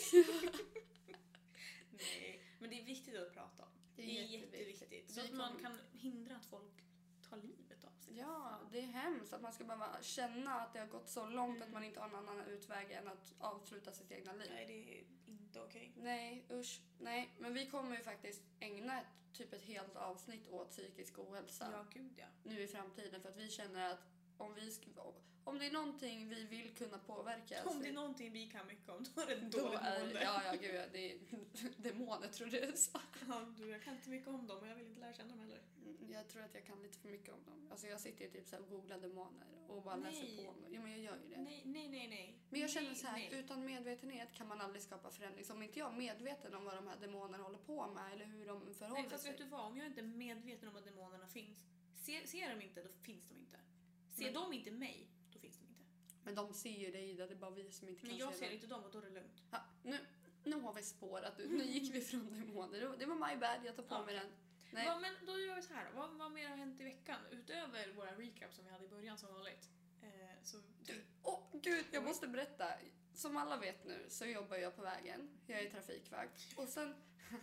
Nej, men det är viktigt att prata om. Det Det är är, jätteviktigt. jätteviktigt. Så Vi att man kommer- kan hindra att folk tar livet av sig. ja, det är hemskt att man ska behöva känna att det har gått så långt Mm. att man inte har någon annan utväg än att avsluta sitt egna liv. Nej, det är inte okej. Nej, usch. Nej, men vi kommer ju faktiskt ägna ett, typ ett helt avsnitt åt psykisk ohälsa. Ja, gud ja. Nu i framtiden, för att vi känner att om, vi sk- om det är någonting vi vill kunna påverka Om så- det är någonting vi kan mycket om, då är det då dåligt är, mående. ja, ja, gud, ja, det är demoner tror du sa. Ja, du, jag kan inte mycket om dem och jag vill inte lära känna dem heller. Mm, Jag tror att jag kan lite för mycket om dem. Alltså jag sitter ju typ så här och googlar demoner och bara Nej. läser på om dem. Jo, men jag gör ju det. Nej, nej, nej, nej. Men jag känner Nej, så här, nej. utan medvetenhet kan man aldrig skapa förändring. Så om inte jag är medveten om vad de här demonerna håller på med eller hur de förhåller Nej, fast sig. vet du vad? Om jag inte är medveten om att demonerna finns, ser, ser de inte, då finns de inte. Ser Men- de inte mig, då finns de inte. Men de ser ju dig, Ida, det är bara vi som inte kan Men jag se ser dem. inte dem och då är det lugnt. Ja, nu, nu har vi spårat ut. Nu gick vi från demoner. Det var- Det var my bad, jag tar på Ja. mig den. Nej. Va, men då gör vi så här då. Vad, vad mer har hänt i veckan? Utöver våra recaps som vi hade i början som vanligt. Eh, så, Du, åh gud, jag måste berätta. Som alla vet nu så jobbar jag på vägen. Jag är trafikvakt. Och sen,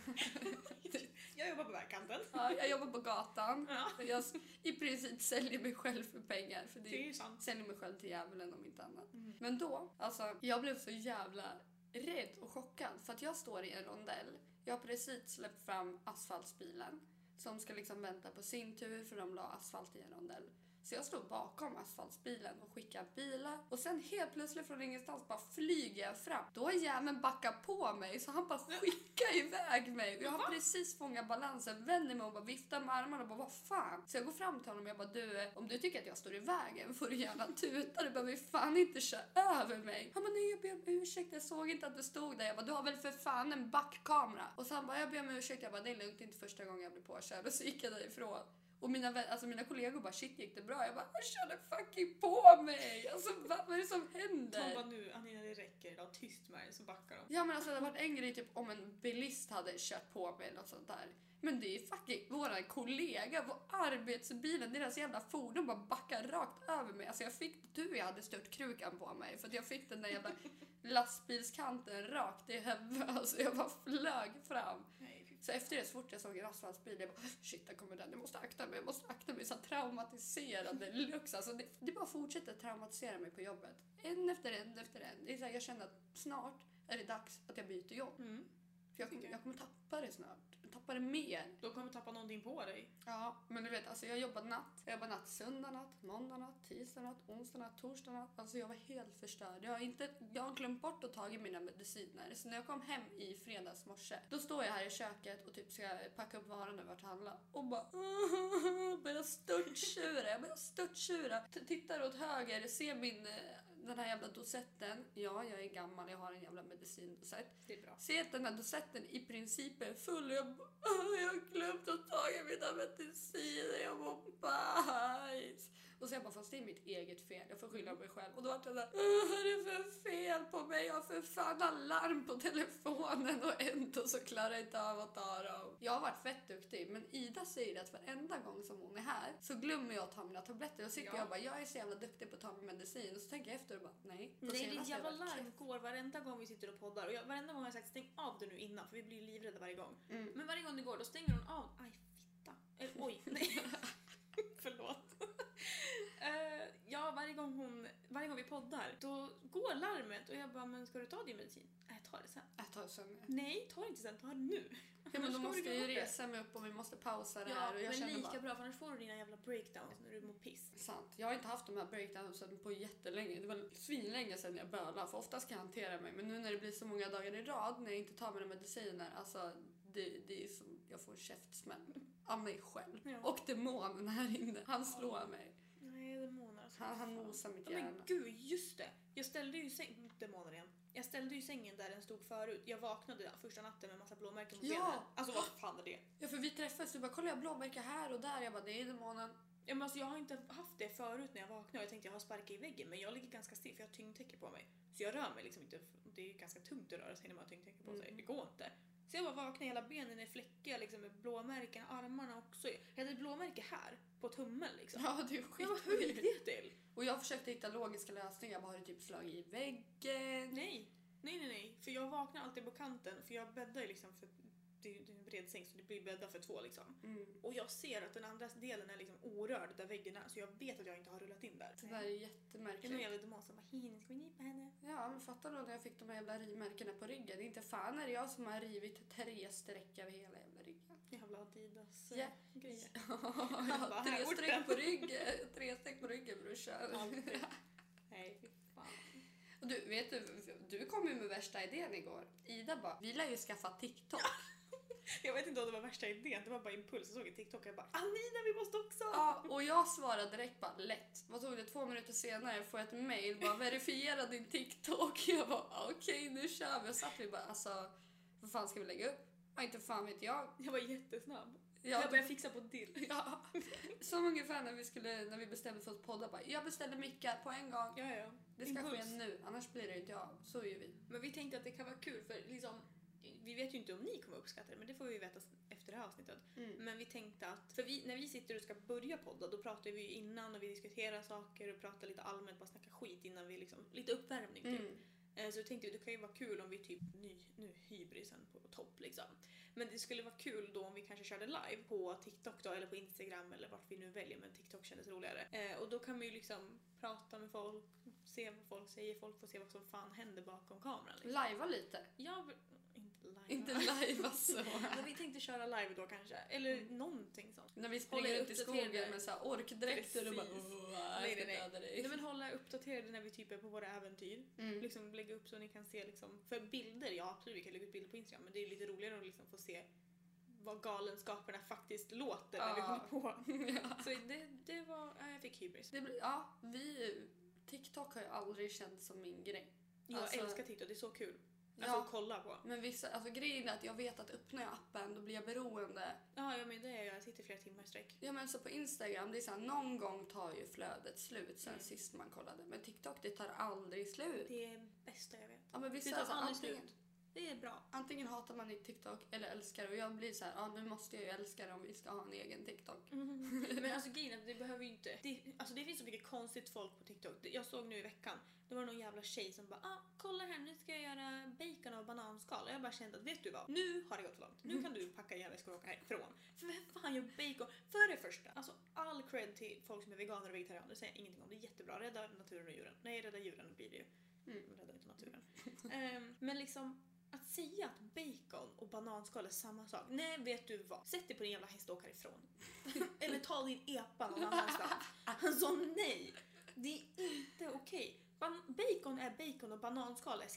jag jobbar på vägkanten. ja, jag jobbar på gatan. Ja, Jag s- i princip säljer mig själv för pengar. För det det är ju sant. säljer mig själv till djävulen om inte annat. Mm. Men då, alltså, jag blev så jävla rädd och chockad. För att jag står i en rondell. Jag har precis släppt fram asfaltsbilen. Som ska liksom vänta på sin tur för de la asfalt i en rondell. Så jag står bakom asfaltsbilen och skickar bilar. Och sen helt plötsligt från ingenstans bara flyger jag fram. Då har jäveln backat på mig så han bara skickar iväg mig. Och jag har Va? precis fångat balansen, vänder mig och bara viftar med armarna och bara vad fan. Så jag går fram till honom och jag bara du, om du tycker att jag står i vägen får du gärna tuta. Du behöver fan inte köra över mig. Han bara nej jag ber om ursäkt, jag såg inte att du stod där. Jag bara du har väl för fan en backkamera. Och så han bara jag ber om ursäkt. Jag bara det är lugnt, inte första gången jag blir påkörd. Och så gick jag därifrån. Och mina, vän- alltså mina kollegor bara shit gick det bra? Jag bara han körde fucking på mig. Alltså vad, vad är det som händer? De bara nu, Anina det räcker idag, tyst med dig, så backar de. Ja men alltså det hade varit en grej typ om en bilist hade kört på mig eller något sånt där. Men det är fucking våran kollega, vår arbetsbilen, deras jävla fordon bara backar rakt över mig. Alltså jag fick, du jag hade stört krukan på mig för att jag fick den där jävla lastbilskanten rakt i huvudet. Alltså jag bara flög fram. Nej, fy Så efter det, så fort jag såg en asfaltsbil, jag bara shit, där kommer den, jag måste akta mig, jag måste akta mig. Så traumatiserande lux, alltså det, det bara fortsätter traumatisera mig på jobbet. En efter en efter en. Det är så här, jag känner att snart är det dags att jag byter jobb. Mm. För jag, Tycker kommer- jag. jag kommer tappa det snart. Jag tappar det mer. De kommer tappa någonting på dig. Ja, men du vet, alltså jag jobbar natt. Jag jobbar natt söndag natt, måndag natt, tisdag natt, onsdag natt, torsdag natt. Alltså jag var helt förstörd. Jag har, inte, jag har glömt bort att ta mina mediciner. Så när jag kom hem i fredags morse, då står jag här i köket och typ ska packa upp varorna vart handla. Och bara börjar jag störttjurar. Jag börjar störttjura. T- Tittar åt höger, ser min, eh, den här jävla dosetten. Ja, jag är gammal, jag har en jävla medicindosett. Det är bra. Ser att den här dosetten i princip är full och jag bara, "Åh, jag har glömt att ta mina mediciner, jag mår bajs." Och så jag bara, fast det är mitt eget fel, jag får skylla mig själv. Och då var det där, "Åh, vad är det för fel på mig? Jag har för fan alarm på telefonen och ändå så klarar jag inte av att ta dem." Jag har varit fett duktig, men Ida säger att varenda gång som hon är här så glömmer jag att ta mina tabletter. Och så sitter Ja. jag bara, jag är så jävla duktig på att ta min medicin. Och så tänker jag efter och bara, nej. På Nej, senaste ditt jävla har jag varit larm går varenda gång vi sitter och poddar. Och jag, varenda gång har jag sagt stäng av det nu innan, för vi blir livrädda varje gång. Mm. Men varje gång det går, då stänger hon av. Aj, fitta. Eller, oj, nej. Förlåt. uh, ja, varje gång, hon, varje gång vi poddar, då går larmet. Och jag bara, men ska du ta din medicin? Nej, ta det sen. Jag tar sen. Nej, ta det inte sen, ta det nu. Ja, men då Annars måste får du jag ju glömma det. resa mig upp och vi måste pausa det Ja, här. Och jag men känner lika bara, bra, för annars får du dina jävla breakdowns när du mår piss. sant. Jag har inte haft de här breakdownsen på jättelänge. Det var svinlänge sedan jag bölade. För oftast kan jag hantera mig. Men nu när det blir så många dagar i rad när jag inte tar mina mediciner. Alltså, det, det är som jag får käftsmäll av mig själv. Ja. Och demonen här inne. Han slår mig. Nej, demoner alltså. Han, han Fan. nosar mitt Ja, men hjärna. gud, just det. Jag ställde ju säng... Demoner igen. Jag ställde ju sängen där den stod förut. Jag vaknade första natten med massa blåmärken på Ja. benen. Alltså vad fan är det? Ja, för vi träffades. Du bara, kolla jag har blåmärken här och där. Jag bara, det är demonen. Ja, men alltså, jag har inte haft det förut när jag vaknade. Jag tänkte jag har sparkat i väggen, men jag ligger ganska still för jag har tyngdtäcke på mig. Så jag rör mig liksom inte. Det är ju ganska tungt att röra sig när man har tyngdtäcke på sig. Mm. Det går inte. Så jag bara vaknade, hela benen är fläckiga liksom, med blåmärken, armarna också. Jag hade ett blåmärke här på tummen liksom. Ja, det är Jag bara, hur gick skit. det till? Och jag försökte hitta logiska lösningar. Jag bara, har du typ slagit i väggen? Nej, nej, nej, nej. För jag vaknar alltid på kanten. För jag bäddar ju liksom för... Det är det är en bred säng så det blir bäddar för två liksom. Mm. Och jag ser att den andra delen är liksom orörd där väggen är. Så jag vet att jag inte har rullat in där. Det där är Det är någon jättemärkligt. jävla demon som bara, hin, ska vi nypa henne? Ja, men fattar du när jag fick de här jävla rivmärkena på ryggen? Inte fan är det jag som har rivit tre streck över hela jävla ryggen. Jävla Adidas Ja. grejer. Ja, bara, tre här, streck orten. på ryggen. Tre streck på ryggen, brorsan. Alltid. Nej, fy fan. Och du, vet du, du kom ju med värsta idén igår. Ida bara, vi lär ju skaffa TikTok. Jag vet inte om det var värsta idén. Det var bara impuls. Jag såg en TikTok och jag bara, Anina, vi måste också! Ja, och jag svarade direkt bara, lätt. Vad tog det? Två minuter senare får jag ett mail, bara verifiera din TikTok. Jag bara, okej, nu kör vi. Och satt vi bara, alltså, vad fan ska vi lägga upp? Ja, inte fan vet jag. Jag var jättesnabb. Ja, Jag började fixa på dill. Ja, som ungefär när vi, skulle, när vi bestämde för att podda. Bara, jag beställde mickar på en gång. Ja, ja. Det ska Impuls. ske nu, annars blir det inte av. Så är vi. Men vi tänkte att det kan vara kul för liksom, vi vet ju inte om ni kommer uppskatta det, men det får vi veta efter det här avsnittet. Mm. Men vi tänkte att, för vi, när vi sitter och ska börja podda, då pratar vi ju innan och vi diskuterar saker och pratar lite allmänt, bara snacka skit innan vi liksom, lite uppvärmning typ. Mm. Eh, Så tänkte vi, det kan ju vara kul om vi typ, ny, nu hybrisen på topp liksom. Men det skulle vara kul då om vi kanske körde live på TikTok då, eller på Instagram eller vart vi nu väljer, men TikTok kändes roligare. Eh, och då kan vi ju liksom prata med folk, se vad folk säger, folk får se vad som fan händer bakom kameran. Liksom. Lajva lite. Jag vill, inte live. Inte live alltså. Men vi tänkte köra live då kanske, eller Mm. någonting sånt. När vi Hålla springer ut i uppdaterade. skogen med så här orkdräkter och bara, Precis. "Åh, Nej, jag ska nej, nej. döda dig." Nej, men hålla uppdaterade när vi typ är på våra äventyr. Mm. Liksom lägga upp så ni kan se liksom, för bilder, ja absolut vi kan lägga ut bilder på Instagram, men det är lite roligare att liksom få se vad galenskaperna faktiskt låter när vi Ja. kommer på. Ja. Så det, det var, ja, jag fick hybris. Det blir, ja, vi, TikTok har ju aldrig känts som min grej. Jag Alltså- älskar TikTok, det är så kul. Alltså Ja. att kolla på. Men vissa, alltså grejen är att jag vet att öppnar jag appen då blir jag beroende. Ja, jag men det är jag, jag sitter flera timmar i sträck. Ja men så på Instagram, det är så här, någon gång tar ju flödet slut sen Mm. sist man kollade. Men TikTok det tar aldrig slut. Det är bästa jag vet. Ja men Det vissa tar alltså, aldrig antingen, slut. Det är bra. antingen hatar man i TikTok eller älskar och jag blir så här, ja nu måste jag ju älska det om vi ska ha en egen TikTok. Men alltså grejen är att det behöver ju inte. Det, alltså det finns så mycket konstigt folk på TikTok. Det- Jag såg nu i veckan, det var någon jävla tjej som bara ah, kolla här, nu ska jag göra bacon och bananskal. Och jag bara kände att vet du vad, nu har det gått för långt. Nu kan du packa igen och ska åka härifrån. För vem fan gör bacon? För det första, alltså all cred till folk som är veganer och vegetarianer, det säger jag ingenting om. Det är jättebra, rädda naturen och djuren. Nej, rädda djuren blir det ju. Mm. Rädda inte naturen. Ehm, men liksom att säga att bacon och bananskal är samma sak. Nej, vet du vad? Sätt dig på din jävla häst och åk härifrån. Eller ta din epa någon annanstans. Alltså nej, det är inte okej. Ban- bacon är bacon och bananskal är skräp.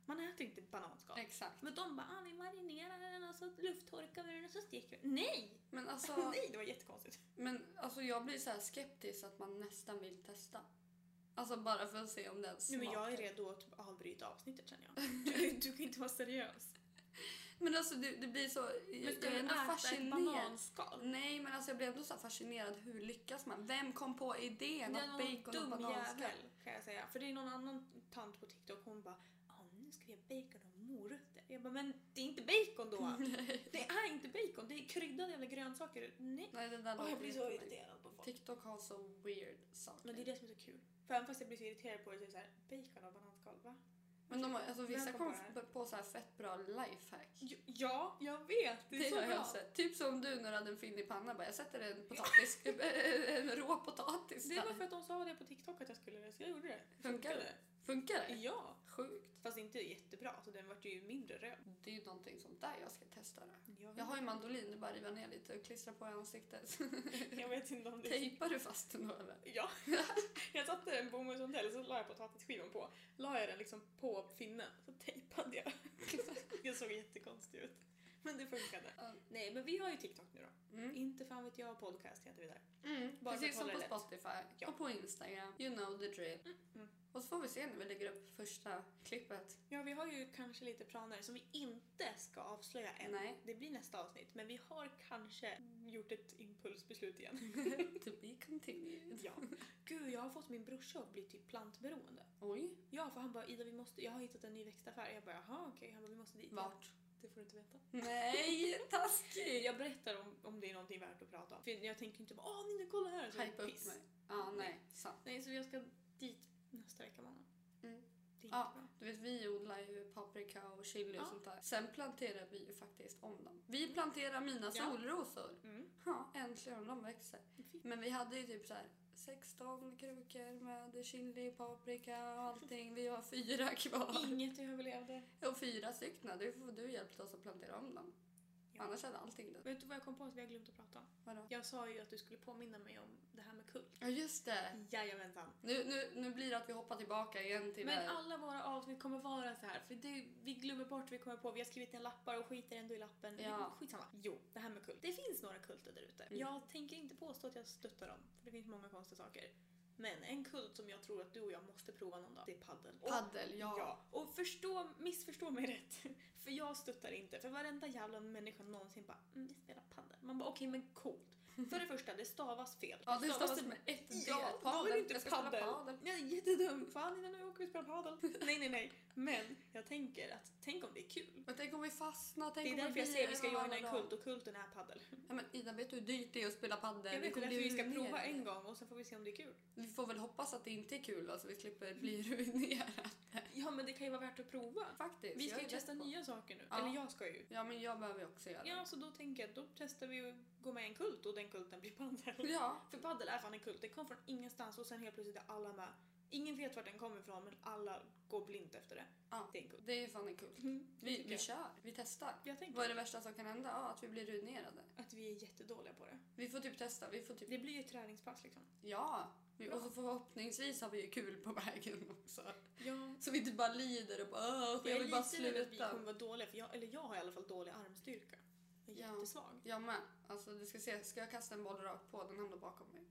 Man äter inte bananskal. Exakt. Men de bara, ah, vi marinerar den och så lufttorkar vi den och så steker vi. Nej! Men alltså, Nej, det var jättekonstigt. men alltså jag blir så här skeptisk att man nästan vill testa. Alltså bara för att se om den smakar. Nej, men jag är redo att typ avbryta avsnittet, känner jag. Du, du kan inte vara seriös. Men alltså det, det blir så... Men ska jag är du ändå äta ett fascinerad. bananskal? Nej, men alltså jag blir ändå så här fascinerad. Hur lyckas man? Vem kom på idén Det är att någon bacon och dum bananskal? jävel, kan jag säga. För det är någon annan tant på TikTok, hon bara, ah, nu ska vi ha bacon och morötter. Jag bara, men det är inte bacon då. Det är inte bacon, det är kryddade jävla grönsaker. Nej. Nej, det där Oh, jag låter blir inte så för mig. irriterad på folk. TikTok har så weird saker. Men det är det som är så kul. För även fast jag blir så irriterad på det så är det så här, bacon och bananskal, va? Men de har, alltså, vissa Vem kom kom på det här? på så här fett bra lifehack. Ja, jag vet. Det är Det så har jag bra. sett. Typ som du när du hade en finnig panna. Bara, jag sätter en potatis, en rå potatis Det var där. för att de sa det på TikTok att jag skulle det, så jag gjorde det. Funkar det? Funkar det? Ja. Sjukt. Fast inte jättebra, så den vart ju mindre röd. Det är ju någonting sånt där jag ska testa det. Jag, Jag har ju mandolin, du bara riva ner lite och klistra på i ansiktet. jag vet inte om det... Tejpar du fast den då eller? Ja. Jag satte en bomullshotell så la jag potatisskivan på. La jag den liksom på finnen, så tejpade jag. Det såg jättekonstigt ut. Men det funkade. Ja. Nej, men vi har ju TikTok nu då. Mm. Inte fan vet jag, podcast heter vi där. Mm. Bara Precis för att som på hålla det Spotify Ja. och på Instagram. You know the drill. Mm. Och så får vi se när vi lägger upp första klippet. Ja, vi har ju kanske lite planer som vi inte ska avslöja än. Nej. Det blir nästa avsnitt, men vi har kanske gjort ett impulsbeslut igen. To be continued. Ja. Gud, jag har fått min brorsa att bli typ plantberoende. Oj, Ja, för han bara, Ida, vi måste, jag har hittat en ny växtaffär. Jag bara, jaha, okej. Han bara, vi måste dit. vart? Det får du inte veta. Nej, taskigt! Jag berättar om, om det är någonting värt att prata om. För jag tänker inte bara, åh, Nina, kolla här. Så Hypa upp piss. mig. Ja, nej, sant. Nej, så jag ska dit nästa vecka, Manna. Mm. Det är inte Ja, bra. du vet vi odlar ju paprika och chili och Ja. sånt där. Sen planterar vi ju faktiskt om dem. Vi planterar mina Ja. solrosor. Mm. Ja, äntligen de växer. Fint. Men vi hade ju typ så här sexton krukor med chili, paprika och allting. Vi har fyra kvar. Inget överlevde. Och fyra stycken. Du får du hjälpt oss att plantera om dem. Ja. Annars hade allting dött. Vet du vad jag kom på att vi har glömt att prata om? Vadå? Jag sa ju att du skulle påminna mig om det här med kult. Ja, just det. Jajamensan. Nu, nu, nu blir det att vi hoppar tillbaka igen till Men det. alla våra avsnitt kommer vara så här, för det, vi glömmer bort, vi kommer på, vi har skrivit en lappar och skiter ändå i lappen. Ja. Skitsamma. Jo, det här med kult. Det finns några kulter där ute. Mm. Jag tänker inte påstå att jag stöttar dem, för det finns många konstiga saker. Men en kult som jag tror att du och jag måste prova någon dag, det är paddel. Och- Paddel, ja. Ja, och förstå, missförstå mig rätt. För jag stöttar inte. För varenda jävla människa någonsin bara, mm, vi spelar paddel. Man bara, okej, men coolt. För det första, det stavas fel. Ja, det stavas till- med ett D. Ja, då är Padel. det inte Jag ska spela paddel. padel. Ja, jättedumt. Fan, innan nu åker vi spela paddel. Nej, nej, nej. Men jag tänker att, tänk om det är kul. Men tänk om vi fastnar. Tänk Det är om därför jag blir säger vi ska en joina en annan kult dag. och kulten är paddel. Ja, men Ida, vet du hur dyrt det är att spela paddel? Jag vet, det är kommer därför vi ska bli prova ruinerade. en gång och sen får vi se om det är kul. Vi får väl hoppas att det inte är kul, alltså vi slipper bli ruinerade. Ja, men det kan ju vara värt att prova. Faktiskt. Vi ska jag ju är testa rätt på. nya saker nu. Ja. Eller jag ska ju. Ja, men jag behöver ju också göra det. Ja, så då tänker jag att då testar vi att gå med i en kult och den kulten blir paddel. Ja. För paddel är fan en kult. Det kom från ingenstans och sen helt plötsligt är alla med. Ingen vet vart den kommer ifrån, men alla går blint efter det. Ja. Det är en kult. Det är fan en kul. Mm, det Vi, tycker vi jag. kör. Vi testar. Jag tänker Vad är det värsta som kan hända? Ja, att vi blir ruinerade. att vi är jättedåliga på det. Vi får typ testa. Vi får typ... Det blir ju ett träningspass liksom. Ja. Vi, Bra. och så förhoppningsvis har vi ju kul på vägen också. Ja. Så vi inte bara lider och bara åh, jag vill bara lite rädd att vi sluta. kommer vara dåliga, för jag, eller jag har i alla fall dålig armstyrka. Jag är Ja. jättesvag. Jag med. Alltså du ska se, ska jag kasta en boll rakt på, den hamnar bakom mig.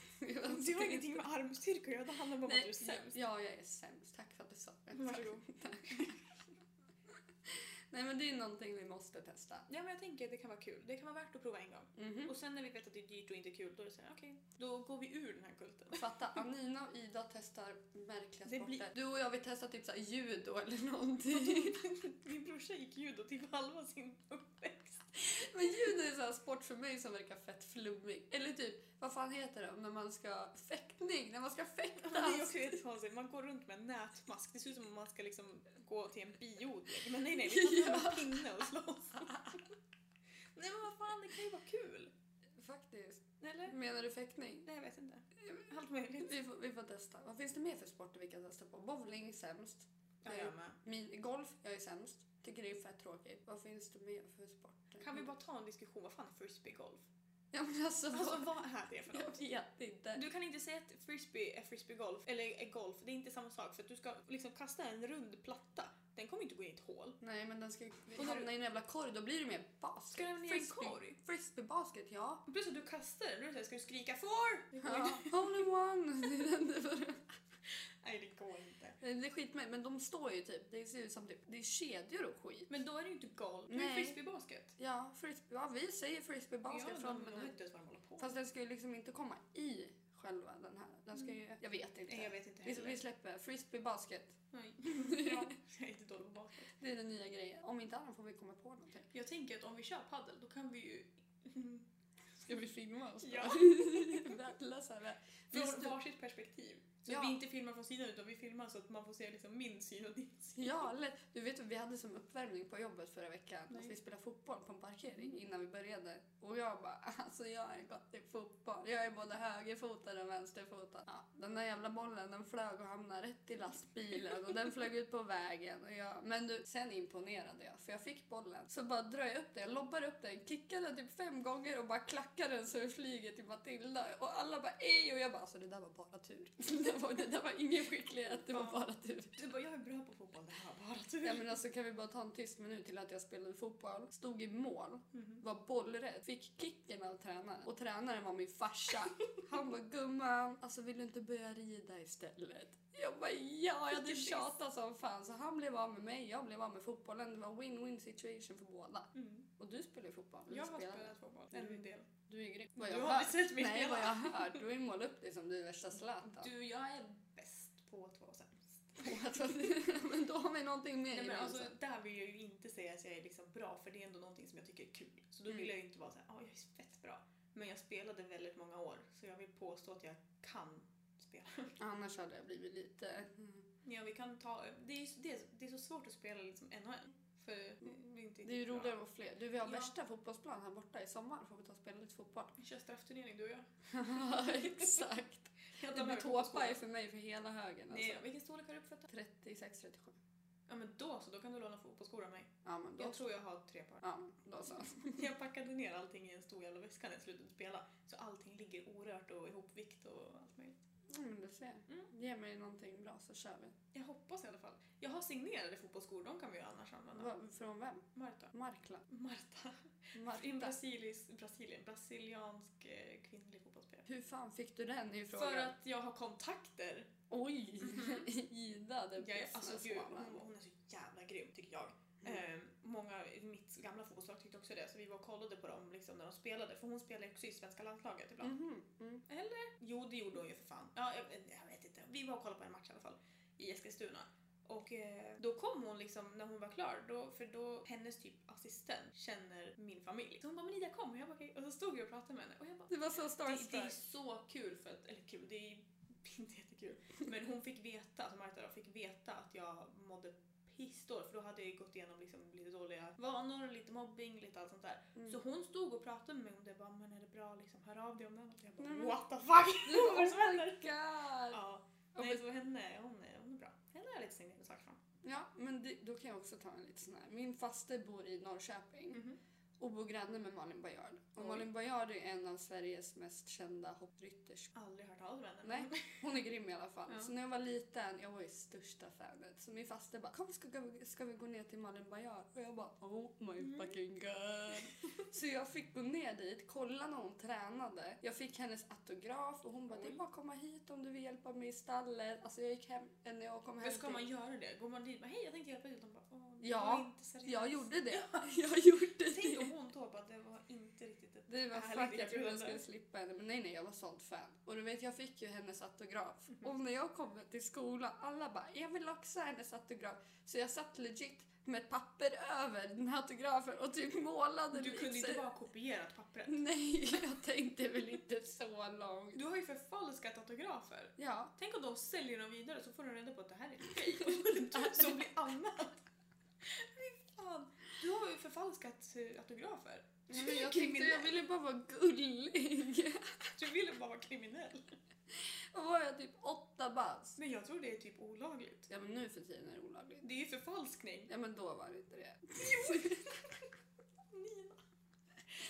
Det har ingenting med armstyrka att göra, det handlar bara om att du är sämst. Ja, jag är sämst. Tack för att du sa det. Varsågod. Nej, men det är någonting vi måste testa. Ja, men jag tänker att det kan vara kul. Det kan vara värt att prova en gång. Mhm. Och sen när vi vet att det är dyrt och inte kul, då är det så här, okej, då går vi ur den här kulten. Fatta, Anina och Ida testar märkliga Det sporter. blir- Du och jag vill testa typ så här judo eller någonting. Min brorsa gick judo typ halva sin uppväxt. Men judo är så här sport för mig som verkar fett flummig. Eller typ, vad fan heter det när man ska fäktning, när man ska Men det är fäktas. också jättekonstigt. Man går runt med en nätmask. Det ser ut som om man ska liksom gå till en biodling. Men nej, nej, vi tar fram en pinne och slåss. Nej, men vad fan, det kan ju vara kul. Faktiskt. Eller? Menar du fäktning? Nej, jag vet inte. Allt möjligt. Vi får, vi får testa. Vad finns det mer för sporter vi kan testa på? Bowling är sämst. Ja, jag med. Min, golf, jag är sämst. Tycker det är fett tråkigt. Vad finns det mer för sporter? Kan vi bara ta en diskussion? Vad fan är frisbeegolf? Ja, men alltså, Alltså, vad... vad är det för något? Jag vet inte. Du kan inte säga att frisbee är frisbeegolf eller är golf. Det är inte samma sak, för att du ska liksom kasta en rund platta. Den kommer inte gå in i ett hål. Nej, men den ska ju Och hamna du- i en jävla korg. Då blir det mer basket. Ska den ner i en korg? Frisbee-basket, ja. Och plus att du kastar den. Då är det så här, ska du skrika får? Det går ja. inte. Only one. Det är det för- Nej, det går inte. Det är skit med, men de står ju typ, det ser ut som typ, det är kedjor och skit. Men då är det ju inte golf. Det är Nej. frisbeebasket. Ja, frisbee, ja vi säger frisbee-basket Ja, från de, de vet nu. inte ens vad de håller på. Fast den ska ju liksom inte komma i själva den här. Den ska ju, jag vet inte. Nej, jag vet inte Vi, heller. vi släpper frisbee-basket. Nej. Ja, jag är inte dålig på basket. Det är den nya grejen. Om inte annat får vi komma på någonting. Jag tänker att om vi kör paddel då kan vi ju... Ska vi filma oss? Ja. Välla så här. Vi Från stu- varsitt perspektiv. Så Ja. vi inte filmar från sidan utan vi filmar så att man får se liksom min syn och din syn. Ja, lätt. Du vet vad vi hade som uppvärmning på jobbet förra veckan? Nej. Att vi spelade fotboll på en parkering innan vi började. Och jag bara, alltså jag är gott i fotboll. Jag är både högerfotad och vänsterfotad. Ja, den där jävla bollen den flög och hamnade rätt i lastbilen. Och den flög ut på vägen. Och jag, men du, sen imponerade jag. För jag fick bollen. Så bara drar jag upp den. Jag lobbar upp den. Kickade den typ fem gånger och bara klackade den så jag flyger till Matilda. Och alla bara, ej. Och jag bara, alltså det där var bara tur. Det var, det där var ingen skicklighet. Det var Ja. bara tur. Du bara, jag är bra på fotboll, det här var bara tur. Ja, men alltså kan vi bara ta en tyst minut till att jag spelade fotboll. Stod i mål, Mhm. var bollrädd, fick kicken av tränaren. Och tränaren var min farsa. Han var gumman, alltså vill du inte börja rida istället? Jag bara ja, jag hade Vilken tjatat som fan. Så han blev av med mig, jag blev av med fotbollen. Det var win-win situation för båda. Mm. Och du spelar ju fotboll. Jag har spelar. spelat fotboll, Mm. en del. Du är grym. Du Vad jag har hört. aldrig sett mig Nej, spela. vad jag har hört. Du har ju målat upp dig som du är värsta Zlatan. Du, jag är bäst på att vara sämst. Men då har vi någonting mer Nej, men alltså, gemensamt. där vill jag ju inte säga att jag är liksom bra för det är ändå någonting som jag tycker är kul. Så då Mm. vill jag ju inte vara så här, ja jag är fett bra. Men jag spelade väldigt många år så jag vill påstå att jag kan spela. Annars hade jag blivit lite... Mm. Ja, vi kan ta, det, är, ju- det, är, det är så svårt att spela liksom en och en. För det är inte Det är ju bra. roligare att vara fler. Du, vi har Ja. värsta fotbollsplan här borta i sommar. Får vi ta och spela lite fotboll? Vi kör straffturnering du och jag. Exakt. Jag Det tar blir med tåpa fotbollsskor. är för mig för hela högen. Nej, Alltså. vilken storlek har du på fötterna? trettiosex trettiosju. Ja men då så, då kan du låna fotbollsskor av mig. Ja, men då, Jag tror jag har tre par. ja, då så. Jag packade ner allting i en stor jävla väska när jag slutade spela. Så allting ligger orört och ihopvikt och allt möjligt. Mm, du ser. Mm. Ge mig någonting bra så kör vi. Jag hoppas i alla fall. Jag har signerade fotbollsskor, de kan vi ju annars använda. Va, från vem? Marta. Markla. Marta. En Marta. brasilis, Brasilien, brasiliansk eh, kvinnlig fotbollsspelare. Hur fan fick du den ifrån? För att jag har kontakter. Oj! Ida, det Jag, är- alltså, gud, businesswoman. hon, hon är så jävla grym tycker jag. Mm. Eh, många i mitt gamla fotbollslag tyckte också det, så vi var och kollade på dem liksom, när de spelade. För hon spelade också i svenska landslaget ibland. Mhm, mm. Jo, det gjorde hon ju för fan. Ja, jag, jag vet inte. Vi var och kollade på en match i alla fall i Eskilstuna. Och eh, då kom hon liksom när hon var klar, då, för då hennes typ assistent känner min familj. Så hon bara, men Ida kom. Och, jag bara, okej. Och så stod jag och pratade med henne. Och jag bara, Det var så det, det är starstruck. så kul för att, eller kul, det är inte jättekul. Men hon fick veta, alltså Marta då, fick veta att jag mådde pissdåligt. För då hade jag ju gått igenom liksom lite dåliga vanor, lite mobbing, lite allt sånt där. Mm. Så hon stod och pratade med mig om det. Bara, men är det bra liksom, hör av dig om något. Jag bara, Nej, men- what the fuck? Vad är det som Oh händer? my god! Ja, Och nej vi- så henne, hon är, hon är bra. Henne har jag lite signerade saker från. Ja, men det, då kan jag också ta en lite sån här. Min faste bor i Norrköping Mhm. och bor granne med Malin Bajard. Och Oj. Malin Bajard är en av Sveriges mest kända hopprytterskor. Aldrig hört talas om henne. Nej, hon är grym i alla fall. Ja. Så när jag var liten, jag var ju största fanet. Så min faste bara, kom ska, vi- ska vi gå ner till Malin Bajard? Och jag bara, oh my Mm. fucking god. Så jag fick gå ner dit, kolla när hon tränade. Jag fick hennes autograf och hon bara, det är Oj. bara att komma hit om du vill hjälpa mig i stallet. Alltså jag gick hem, när jag kom hem Men ska till- man göra det? Går man dit och bara, hej jag tänkte hjälpa dig. De bara, åh, det Ja, var inte seriöst. Jag gjorde det. Ja. Jag gjorde Tänk det. om hon då bara, det var inte riktigt ett Det var härligt fuck, jag trodde jag erbjudande. skulle slippa henne. Men nej, nej, jag var sånt fan. Och du vet, jag fick ju hennes autograf. Mhm. Och när jag kom till skolan, alla bara, jag vill också ha hennes autograf. Så jag satt legit med ett papper över den här autografen och typ målade Du kunde lite. inte bara kopierat pappret. Nej, jag tänkte väl inte så långt. Du har ju förfalskat autografer. Ja, Tänk om de säljer dem vidare så får du reda på att det här är fejk. Och så är det du som blir anmäld. Fy fan. Du har ju förfalskat eh, autografer. men jag tänkte Kriminell. jag ville bara vara gullig. Du ville bara vara kriminell. Och var jag typ åtta bast. Men jag tror det är typ olagligt. Ja, men nu för tiden är det olagligt. Det är ju förfalskning. Ja, men då var det inte det. Nina.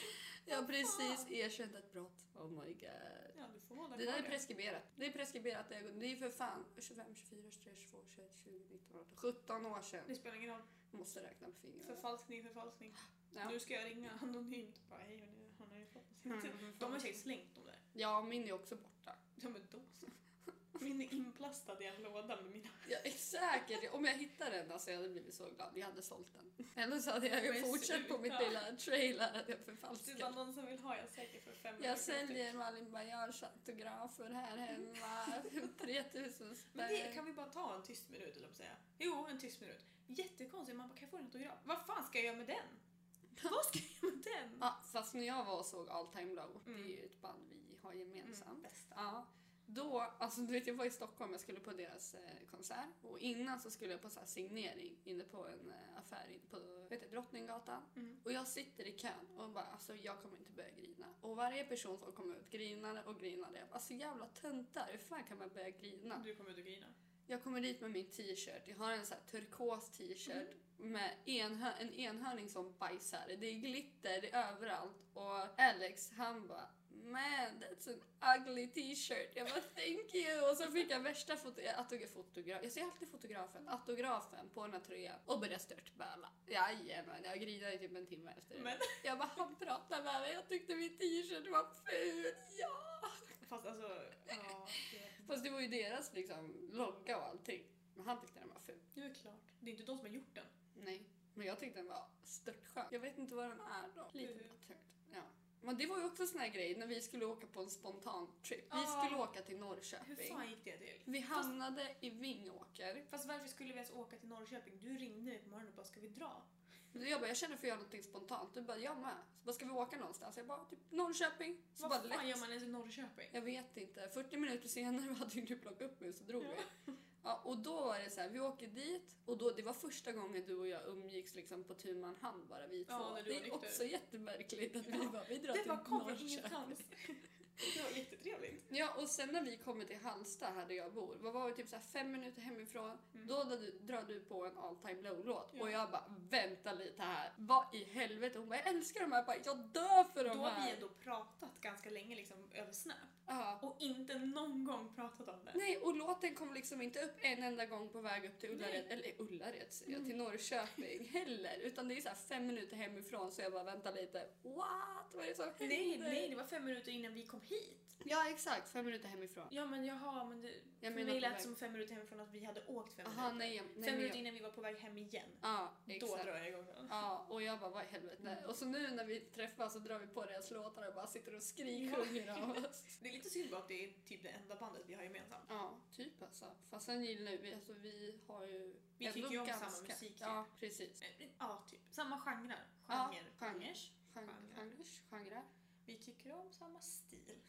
Jag har precis erkänt ett brott. Oh my god. Ja, du får hålla Det där kvar är preskriberat. Det är preskriberat. Det är ju för fan tjugofem, tjugofyra, tjugotre, tjugotvå, tjugoett, tjugo, nitton, arton, sjutton år sedan. Det spelar ingen roll. Måste räkna på fingrarna. Förfalskning, förfalskning. Ja. Nu ska jag ringa anonymt. Bara, hej, hörni, han har ju fått sin Mm, tid. De har säkert slängt dem där. Ja, min är också borta. Ja, men då så. Min är inplastad i en låda med mina... Jag är säker. Om jag hittar den alltså, jag hade blivit så glad. Jag hade sålt den. Eller så hade jag ju Men fortsatt på mitt sluta. lilla trailer att jag Det är bara förfalskar. någon som vill ha, jag säkert för fem Jag säljer Malin Baryards autografer här hemma. tre tusen spänn. Men det kan vi bara ta en tyst minut, eller vad säga. Jo, en tyst minut. Jättekonstigt, man bara, kan jag få en autograf? Vad fan ska jag göra med den? Vad ska jag göra med den? Ja, fast när jag var och såg All Time Low, Mm. det är ju ett band vi har gemensamt. Mm, bästa. Ja, då, alltså du vet jag var i Stockholm, jag skulle på deras eh, konsert och innan så skulle jag på så här signering inne på en eh, affär inne på vet du, Drottninggatan. Mm. Och jag sitter i kön och bara, alltså jag kommer inte börja grina. Och varje person som kommer ut grinade och grinade. Jag bara, alltså jävla töntar, hur fan kan man börja grina? Du kommer ut och grina. Jag kommer dit med min t-shirt. Jag har en så här turkos t-shirt med enhö- en enhörning som bajsar. Det är glitter det är överallt. Och Alex han bara, man that's an ugly t-shirt. Jag bara thank you. Och så fick jag värsta foto- autograf- fotograf. Jag ser alltid fotografen. Autografen på den här tröjan. Och började störtböla. Jajamän, jag grinade i typ en timme efter det. Men, Jag bara, han pratade med mig. Jag tyckte min t-shirt var ful. Ja! fast alltså, ja, det, Fast det var ju deras liksom logga och allting. Men han tyckte den var ful. det är klart. Det är inte de som har gjort den. Nej, men jag tyckte den var störtskön. Jag vet inte vad den är då. Lite Mm. butthurt. Ja. Men det var ju också en sån här grej när vi skulle åka på en spontan trip. Vi Ja. skulle åka till Hur Norrköping. fan gick det till? Vi hamnade i Vingåker. Fast varför skulle vi ens åka till Norrköping? Du ringde mig på morgonen och bara, ska vi dra? Jag bara, jag känner för att göra någonting spontant. Du bara, jag med. Så bara, ska vi åka någonstans? Jag bara, typ Norrköping. Så Vad bara, fan lätt. gör man ens i Norrköping? Jag vet inte. fyrtio minuter senare hade ju du plockat upp mig så drog Ja. vi. Ja, och då var det så här, vi åker dit och då, det var första gången du och jag umgicks liksom på tu man hand bara vi två. Ja, när du det var är nykter. också jättemärkligt att vi Ja, bara, vi drar Det till var kom från Norrköping. ingenstans. Det var jättetrevligt. Ja, och sen när vi kommer till Halmstad här där jag bor, vad var vi typ så här fem minuter hemifrån, Mm. då drar du, drar du på en all time low-låt Ja. och jag bara, vänta lite här, vad i helvete? Hon bara, jag älskar de här, jag bara, jag dör för de Då har vi här. ändå pratat ganska länge liksom över Snap. Ja. Och inte någon gång pratat om det. Nej, och låten kom liksom inte upp en enda gång på väg upp till Ullared, Nej. eller Ullared säger jag, Mm. till Norrköping heller. Utan det är så här fem minuter hemifrån så jag bara vänta lite. What? Vad är det som händer? Nej, nej, det var fem minuter innan vi kom hit. Ja, exakt. Fem minuter hemifrån. Ja, men jaha, men det, Jag för menar mig på lät väg. som fem minuter hemifrån att vi hade åkt fem Aha, minuter. nej, jag- nej. fem men minuter jag- innan vi var på väg hem igen. Ja, Då exakt. drar jag igång den. Ja, och jag bara, vad i helvete? Mm. Och så nu när vi träffas så drar vi på deras låtar och bara sitter och skriksjunger av oss. Det är lite synd bara att det är typ det enda bandet vi har gemensamt. Ja, typ alltså. Fast sen gillar vi, alltså vi har ju Vi ändå tycker ju om ganska, samma musik, typ. Ja, precis. Ja, typ. Samma genrer. Ja, Genre. genre. Genres. Genre, Genre. genres, genrer. Vi tycker om samma stil.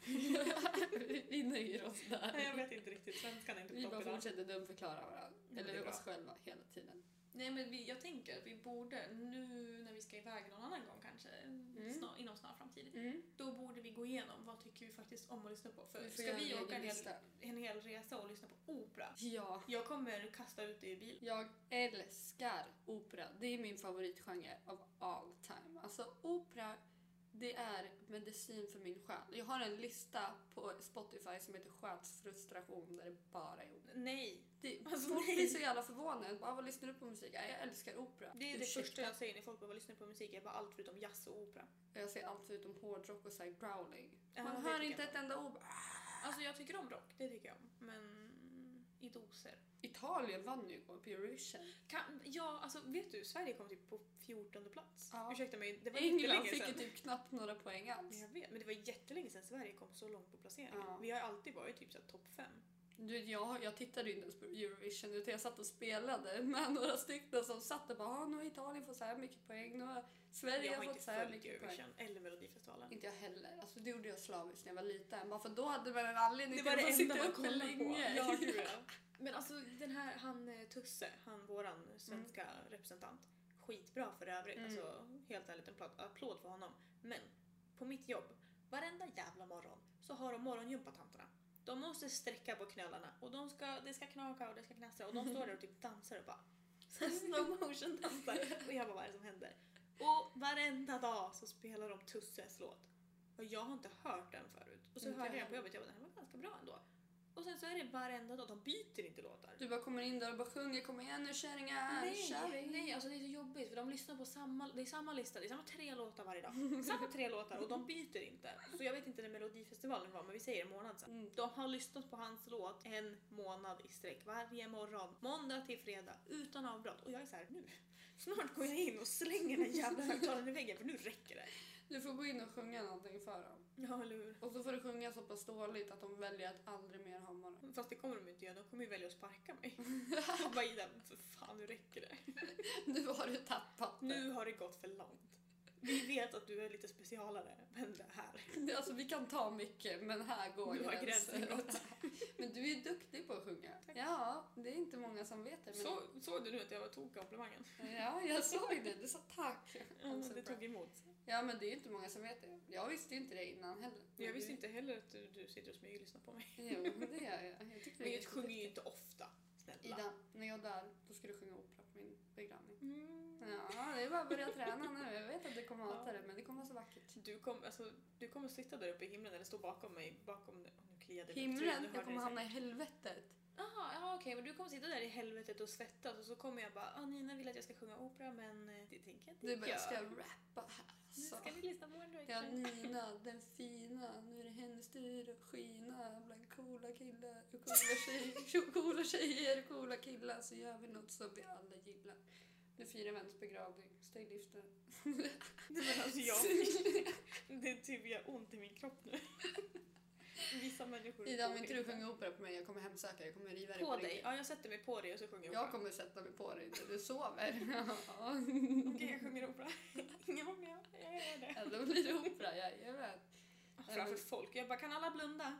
vi, vi nöjer oss där. Nej, jag vet inte riktigt. Svenskan är inte Vi på bara topp idag. fortsätter dumförklara varandra. Ja, det är Eller bra. oss själva hela tiden. Nej, men vi, jag tänker att vi borde, nu när vi ska iväg någon annan gång kanske, snar, inom snar framtid, Mm. då borde vi gå igenom vad tycker vi faktiskt om att lyssna på. För Vi får ska göra vi en åka en egen hel, lista. en hel resa och lyssna på opera? Ja. Jag kommer kasta ut det i bilen. Jag älskar opera. Det är min favoritgenre av all time. Alltså opera, det är medicin för min själ. Jag har en lista på Spotify som heter Själsfrustration där det bara är opera. Nej, Det, Alltså, folk nej. blir så jävla förvånade. Bara, vad lyssnar du på musik? Ja, jag älskar opera. det är det Ursäkta. första jag säger när folk bara lyssnar på musik. Jag bara allt förutom jazz och opera. Jag säger allt förutom hårdrock och så här growling. Ja, Man det hör tycker inte jag ett enda ord. Alltså jag tycker om rock, det tycker jag om. Men i doser. Italien vann ju igår på Eurovision. Kan, ja, alltså vet du, Sverige kom typ på fjortonde plats. Ja. Ursäkta mig, det var England jättelänge fick ju sedan. typ knappt några poäng alls. Jag vet, men det var jättelänge sedan Sverige kom så långt på placeringen. Ja. Vi har alltid varit typ så här topp fem. Du vet, jag, jag tittade ju inte ens på Eurovision utan jag satt och spelade med några stycken som satt och bara ah, nu har Italien fått så här mycket poäng, nu har Sverige Jag har fått inte så här följt mycket poäng. Eurovision eller Melodifestivalen. Inte jag heller. Alltså det gjorde jag slaviskt när jag var liten. Bara för då hade man en anledning Det till var att det få enda sitta man uppe kollade på. länge. Ja, gud, ja. Men alltså den här, han eh, Tusse, han våran svenska representant. Skitbra för övrigt, Mm. alltså helt ärligt en applåd, applåd för honom. Men på mitt jobb, varenda jävla morgon så har de morgongympatanterna. De måste sträcka på knölarna och de ska, det ska knaka och det ska knastra och de står där och typ dansar och bara slow motion dansar. Och jag bara, vad är det som händer? Och varenda dag så spelar de Tusses låt. Och jag har inte hört den förut. Och så Inte hörde jag heller. på jobbet, jag bara, den här var ganska bra ändå. Och sen så är det varenda dag, de byter inte låtar. Du bara kommer in där och bara sjunger, kom igen nu kärringar, kör vi. Nej, nej, alltså det är så jobbigt för de lyssnar på samma, det är samma lista, det är samma tre låtar varje dag. Samma tre låtar och de byter inte. Så jag vet inte när Melodifestivalen var, men vi säger en månad sedan. Mm. De har lyssnat på hans låt en månad i sträck varje morgon, måndag till fredag, utan avbrott. Och jag är så här, nu, snart går jag in och slänger den jävla högtalaren i väggen för nu räcker det. Du får gå in och sjunga någonting för dem. Ja, eller hur? Och så får du sjunga så pass dåligt att de väljer att aldrig mer ha morgon. Fast det kommer de inte göra, de kommer ju välja att sparka mig. Och bara Ida, för fan nu räcker det. Nu har du tappat det. Nu har det gått för långt. Vi vet att du är lite specialare, men det här. Alltså vi kan ta mycket men här går Nu har gränsen. gränsen gått. Men du är ju duktig på att sjunga. Ja, det är inte många som vet det. Men... Så, såg du nu att jag tog komplimangen? Ja, jag såg det. Du sa tack. Ja, det tog emot. Ja, men det är inte många som vet det. Jag visste ju inte det innan heller. Jag visste inte heller att du, du sitter och smyglyssnar på mig. Jo, det gör jag. Jag tycker Men det är jag sjunger ju jätteviktigt. inte ofta. Snälla. Ida, när jag dör, då ska du sjunga opera på min begravning. Mm. Ja, det är bara att börja träna nu. Jag vet att du kommer att hata Ja. det, men det kommer vara så vackert. Du, kom, alltså, du kommer sitta där uppe i himlen eller stå bakom mig. Bakom, nu kliade mig. Himlen, Du jag hörde kommer det hamna i helvetet. Jaha, ja, okej, men du kommer sitta där i helvetet och svettas och så kommer jag bara, ah, Nina vill att jag ska sjunga opera men eh, det tänker jag inte Du bara, jag ska göra. rappa här. Nu Så. ska vi lyssna på en Ja, Nina, den fina, nu är det hennes tur att skina bland coola killar och coola tjejer, coola tjejer och coola killar, så gör vi något som vi alla gillar. Nu firar väns begravning, stay lifter. Nej, men alltså jag, det typ gör ont i min kropp nu. Vissa människor... Ida, om inte du sjunger opera på mig, jag kommer hemsöka dig, jag kommer riva dig På på dig? ryggen. Ja, jag sätter mig på dig och så sjunger jag Jag opera. kommer sätta mig på dig, inte du sover. Ja. Okej, jag sjunger opera. Ingen var med, jag gör det. Ja, då blir det opera, jajamän. Framför folk. Jag bara, kan alla blunda?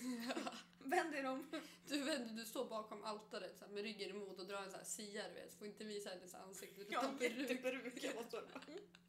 Vänd er om. Du, vet, du står bakom altaret så här, med ryggen emot och drar en så här sia, du vet. Får inte visa hennes ansikte. Du Jag har tar en peruk. jätteperuk. Jag måste bara...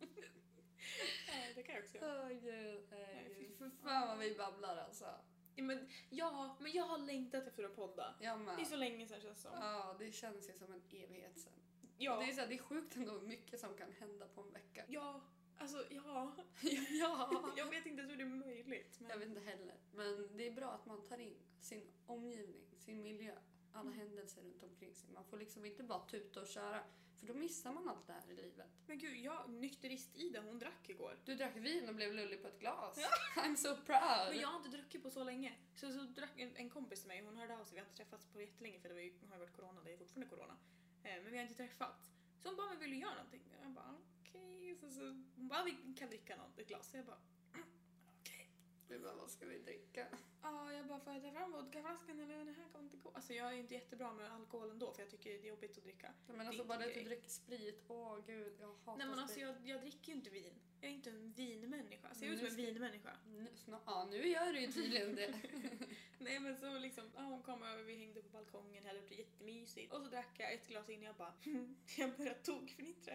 Ja, det kan jag också göra. Åh gud, nej, Nej, fy gud. För fan vad vi babblar alltså. Ja, men, ja, men jag har längtat efter att podda. Jag Det är med. så länge sedan känns det som. Ja, det känns ju som en evighet sen. Ja, Och det, är så här, det är sjukt ändå hur mycket som kan hända på en vecka. ja, alltså ja. Ja. Jag vet inte hur det är möjligt. Men... Jag vet inte heller. Men det är bra att man tar in sin omgivning, sin miljö, alla händelser runt omkring sig. Man får liksom inte bara tuta och köra. För då missar man allt det här i livet. Men gud, jag, nykterist-Ida, hon drack igår. Du drack vin och blev lullig på ett glas. Ja. I'm so proud. Men jag har inte druckit på så länge. Så, så drack en, en kompis till mig, hon hörde av sig, vi har inte träffats på jättelänge för det var ju, har ju varit corona, det är fortfarande corona. Eh, men vi har inte träffats. Så hon bara, men vill du göra någonting? Och jag bara, okej. Okay. Så, så hon bara, vi kan dricka något, ett glas. Så jag bara, okej. Du bara, vad ska vi dricka? Ja, jag bara, får jag ta fram vodkaflaskan eller det här kommer inte gå. Alltså jag är inte jättebra med alkohol ändå för jag tycker det är jobbigt att dricka. Men alltså Det är bara inte att du grej. dricker sprit, åh gud, jag hatar Nej men sprit. alltså jag, jag dricker ju inte vin. Jag är inte en vinmänniska. Ser jag ut Nu som en ska- vinmänniska? Nu, snart, ja, nu gör du ju tydligen det. Nej men så liksom, ja, hon kom över, vi hängde på balkongen, hade gjort det jättemysigt. Och så drack jag ett glas in och jag bara, jag började tokfnittra.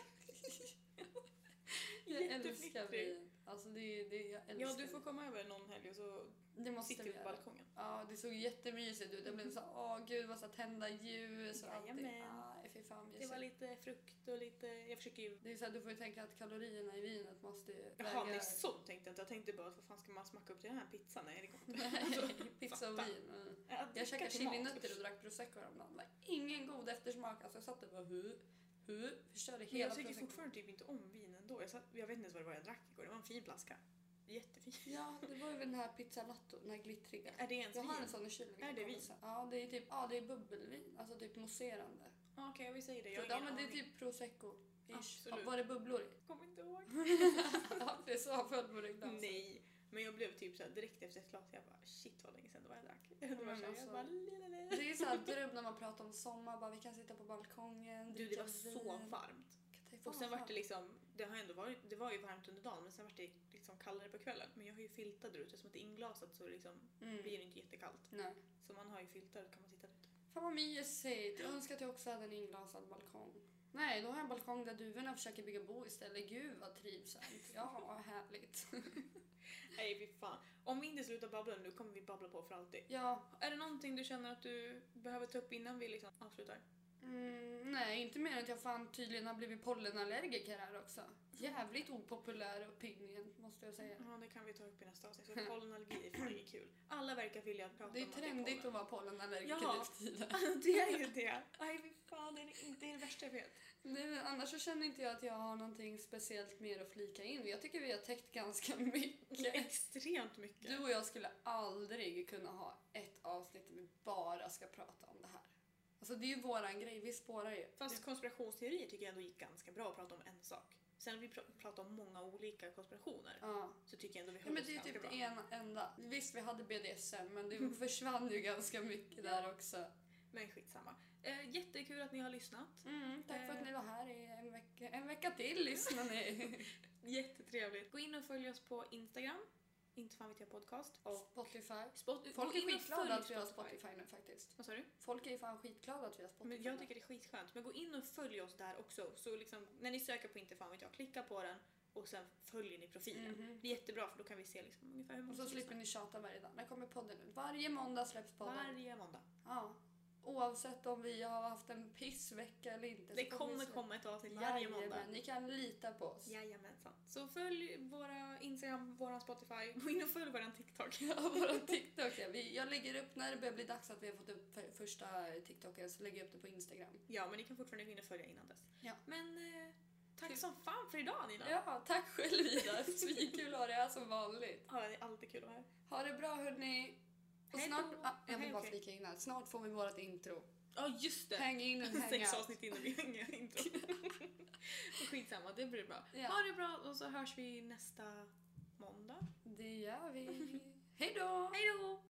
Jag älskar Jättefnittrig. vin. Alltså det, det, jag älskar Ja, du får det. komma över någon helg och så Det måste sitter vi vi på göra. balkongen. Ja, det såg jättemysigt ut. Jag blev så åh gud, vad så tända ljus och allting. Jajamän. Aj, fy fan Det mysigt. var lite frukt och lite, jag försöker ju... Det är så här, du får ju tänka att kalorierna i vinet måste ju Jaha, nej så tänkte jag inte. Jag tänkte bara, vad fan ska man smacka upp till den här pizzan? Nej, det kommer inte. Nej, pizza och fatta. vin. Mm. Jag, Jag käkade chilinötter och drack prosecco häromdagen. Det var ingen god eftersmak. Alltså jag satt där och bara hu, hu, förstörde Men hela jag tycker prosecco. fortfarande typ inte om vin ändå. Jag, satt, jag vet inte ens vad det var jag drack igår. Det var en fin flaska. Jättefin. Ja, det var ju väl den här pizzalato, den här glittriga. Är det ens Jag har vin? en sån i kylen. Är det vin? Ja, det är typ, ja, det är bubbelvin. Alltså typ mousserande. Ja, okej, vi säger det. Jag Så, har ja, ingen men det är aning. typ prosecco. Absolut. Var det bubblor i? Kommer inte ihåg. Ja, det är så föll på ryggen. Nej, men jag blev typ så här direkt efter ett glas. Jag bara, shit vad länge sedan det var jag drack. Det var Men så här, alltså, jag bara, lelele. Det är så här dröm när man pratar om sommar. Bara, vi kan sitta på balkongen. Du, det dricka var så vin. varmt. Det är fan Och sen var varmt. det liksom, det har ändå varit, det var ju varmt under dagen men sen var det liksom kallare på kvällen. Men jag har ju filtar där ute som att det är inglasat så liksom Mm. blir det inte jättekallt. Nej. Så man har ju filtar och kan man sitta ute. Fan vad mysigt. Jag önskar att jag också hade en inglasad balkong. Nej, då har jag en balkong där duvorna försöker bygga bo istället. Gud vad trivsamt. Ja, vad härligt. Nej fy fan. Om vi inte slutar babbla nu kommer vi babbla på för alltid. Ja, Är det någonting du känner att du behöver ta upp innan vi liksom avslutar? Mm, nej, inte mer än att jag fan tydligen har blivit pollenallergiker här också. Jävligt opopulär opinion, måste jag säga. Ja, det kan vi ta upp i nästa avsnitt. Så pollenallergi är fan inget kul. Alla verkar vilja prata Det är om trendigt att att vara pollenallergiker Ja. nu för tiden. det är ju det. Nej, fy fan, det är inte det värsta jag vet. Nej, annars så känner inte jag att jag har någonting speciellt mer att flika in. Jag tycker vi har täckt ganska mycket. Extremt mycket. Du och jag skulle aldrig kunna ha ett avsnitt där vi bara ska prata om det här. Alltså det är ju våran grej, vi spårar ju. Fast konspirationsteorier tycker jag ändå gick ganska bra att prata om en sak. Sen när vi pr- pratar om många olika konspirationer Ja. så tycker jag ändå vi Ja, höll men oss det är ganska typ bra. det ena enda. Visst, vi hade B D S M, men det försvann ju ganska mycket där också. Men skitsamma. Eh, jättekul att ni har lyssnat. Mm, tack för att ni var här i en vecka. En vecka till lyssnar ni. Jättetrevligt. Gå in och följ oss på Instagram. Inte fan vet jag podcast. Och Spotify. Spot- Folk gå är in och skitglada följ att vi har Spotify nu faktiskt. Vad sa du? Folk är ju fan skitglada att vi har Spotify. Men jag tycker det är skitskönt. Men gå in och följ oss där också. Så liksom, när ni söker på inte fan vet jag, klicka på den och sen följer ni profilen. Mhm. Det är jättebra för då kan vi se liksom ungefär hur många Och så som slipper lyssnar. ni tjata varje dag. När kommer podden ut? Varje måndag släpps podden. Varje måndag. Ja. Oavsett om vi har haft en pissvecka eller inte. Det så kommer vi släppa- komma ett avsnitt varje måndag. Jajamän, ni kan lita på oss. Jajamensan. Så följ våra Instagram, våra Spotify. Gå in och följ våran TikTok. Ja, våra TikTok. Ja. Vi, jag lägger upp när det börjar bli dags att vi har fått upp för, första TikToken så lägger jag upp det på Instagram. Ja, men ni kan fortfarande gå in och följa innan dess. Ja. Men eh, tack Kul. som fan för idag Nina. Ja, tack själv Ida. Svinkul att ha det här som vanligt. Ja, det är alltid kul att vara här. Ha det bra hörni. Och Hej snart, då. ah, jag vill Hej, bara okej. flika in här. Snart får vi vårt intro. Ja, just det. Häng in and hang Sex out. avsnitt innan vi hänger intro. Skitsamma, det blir bra. Ja. Ha det bra och så hörs vi nästa måndag. Det gör vi. Hej då! Hej då!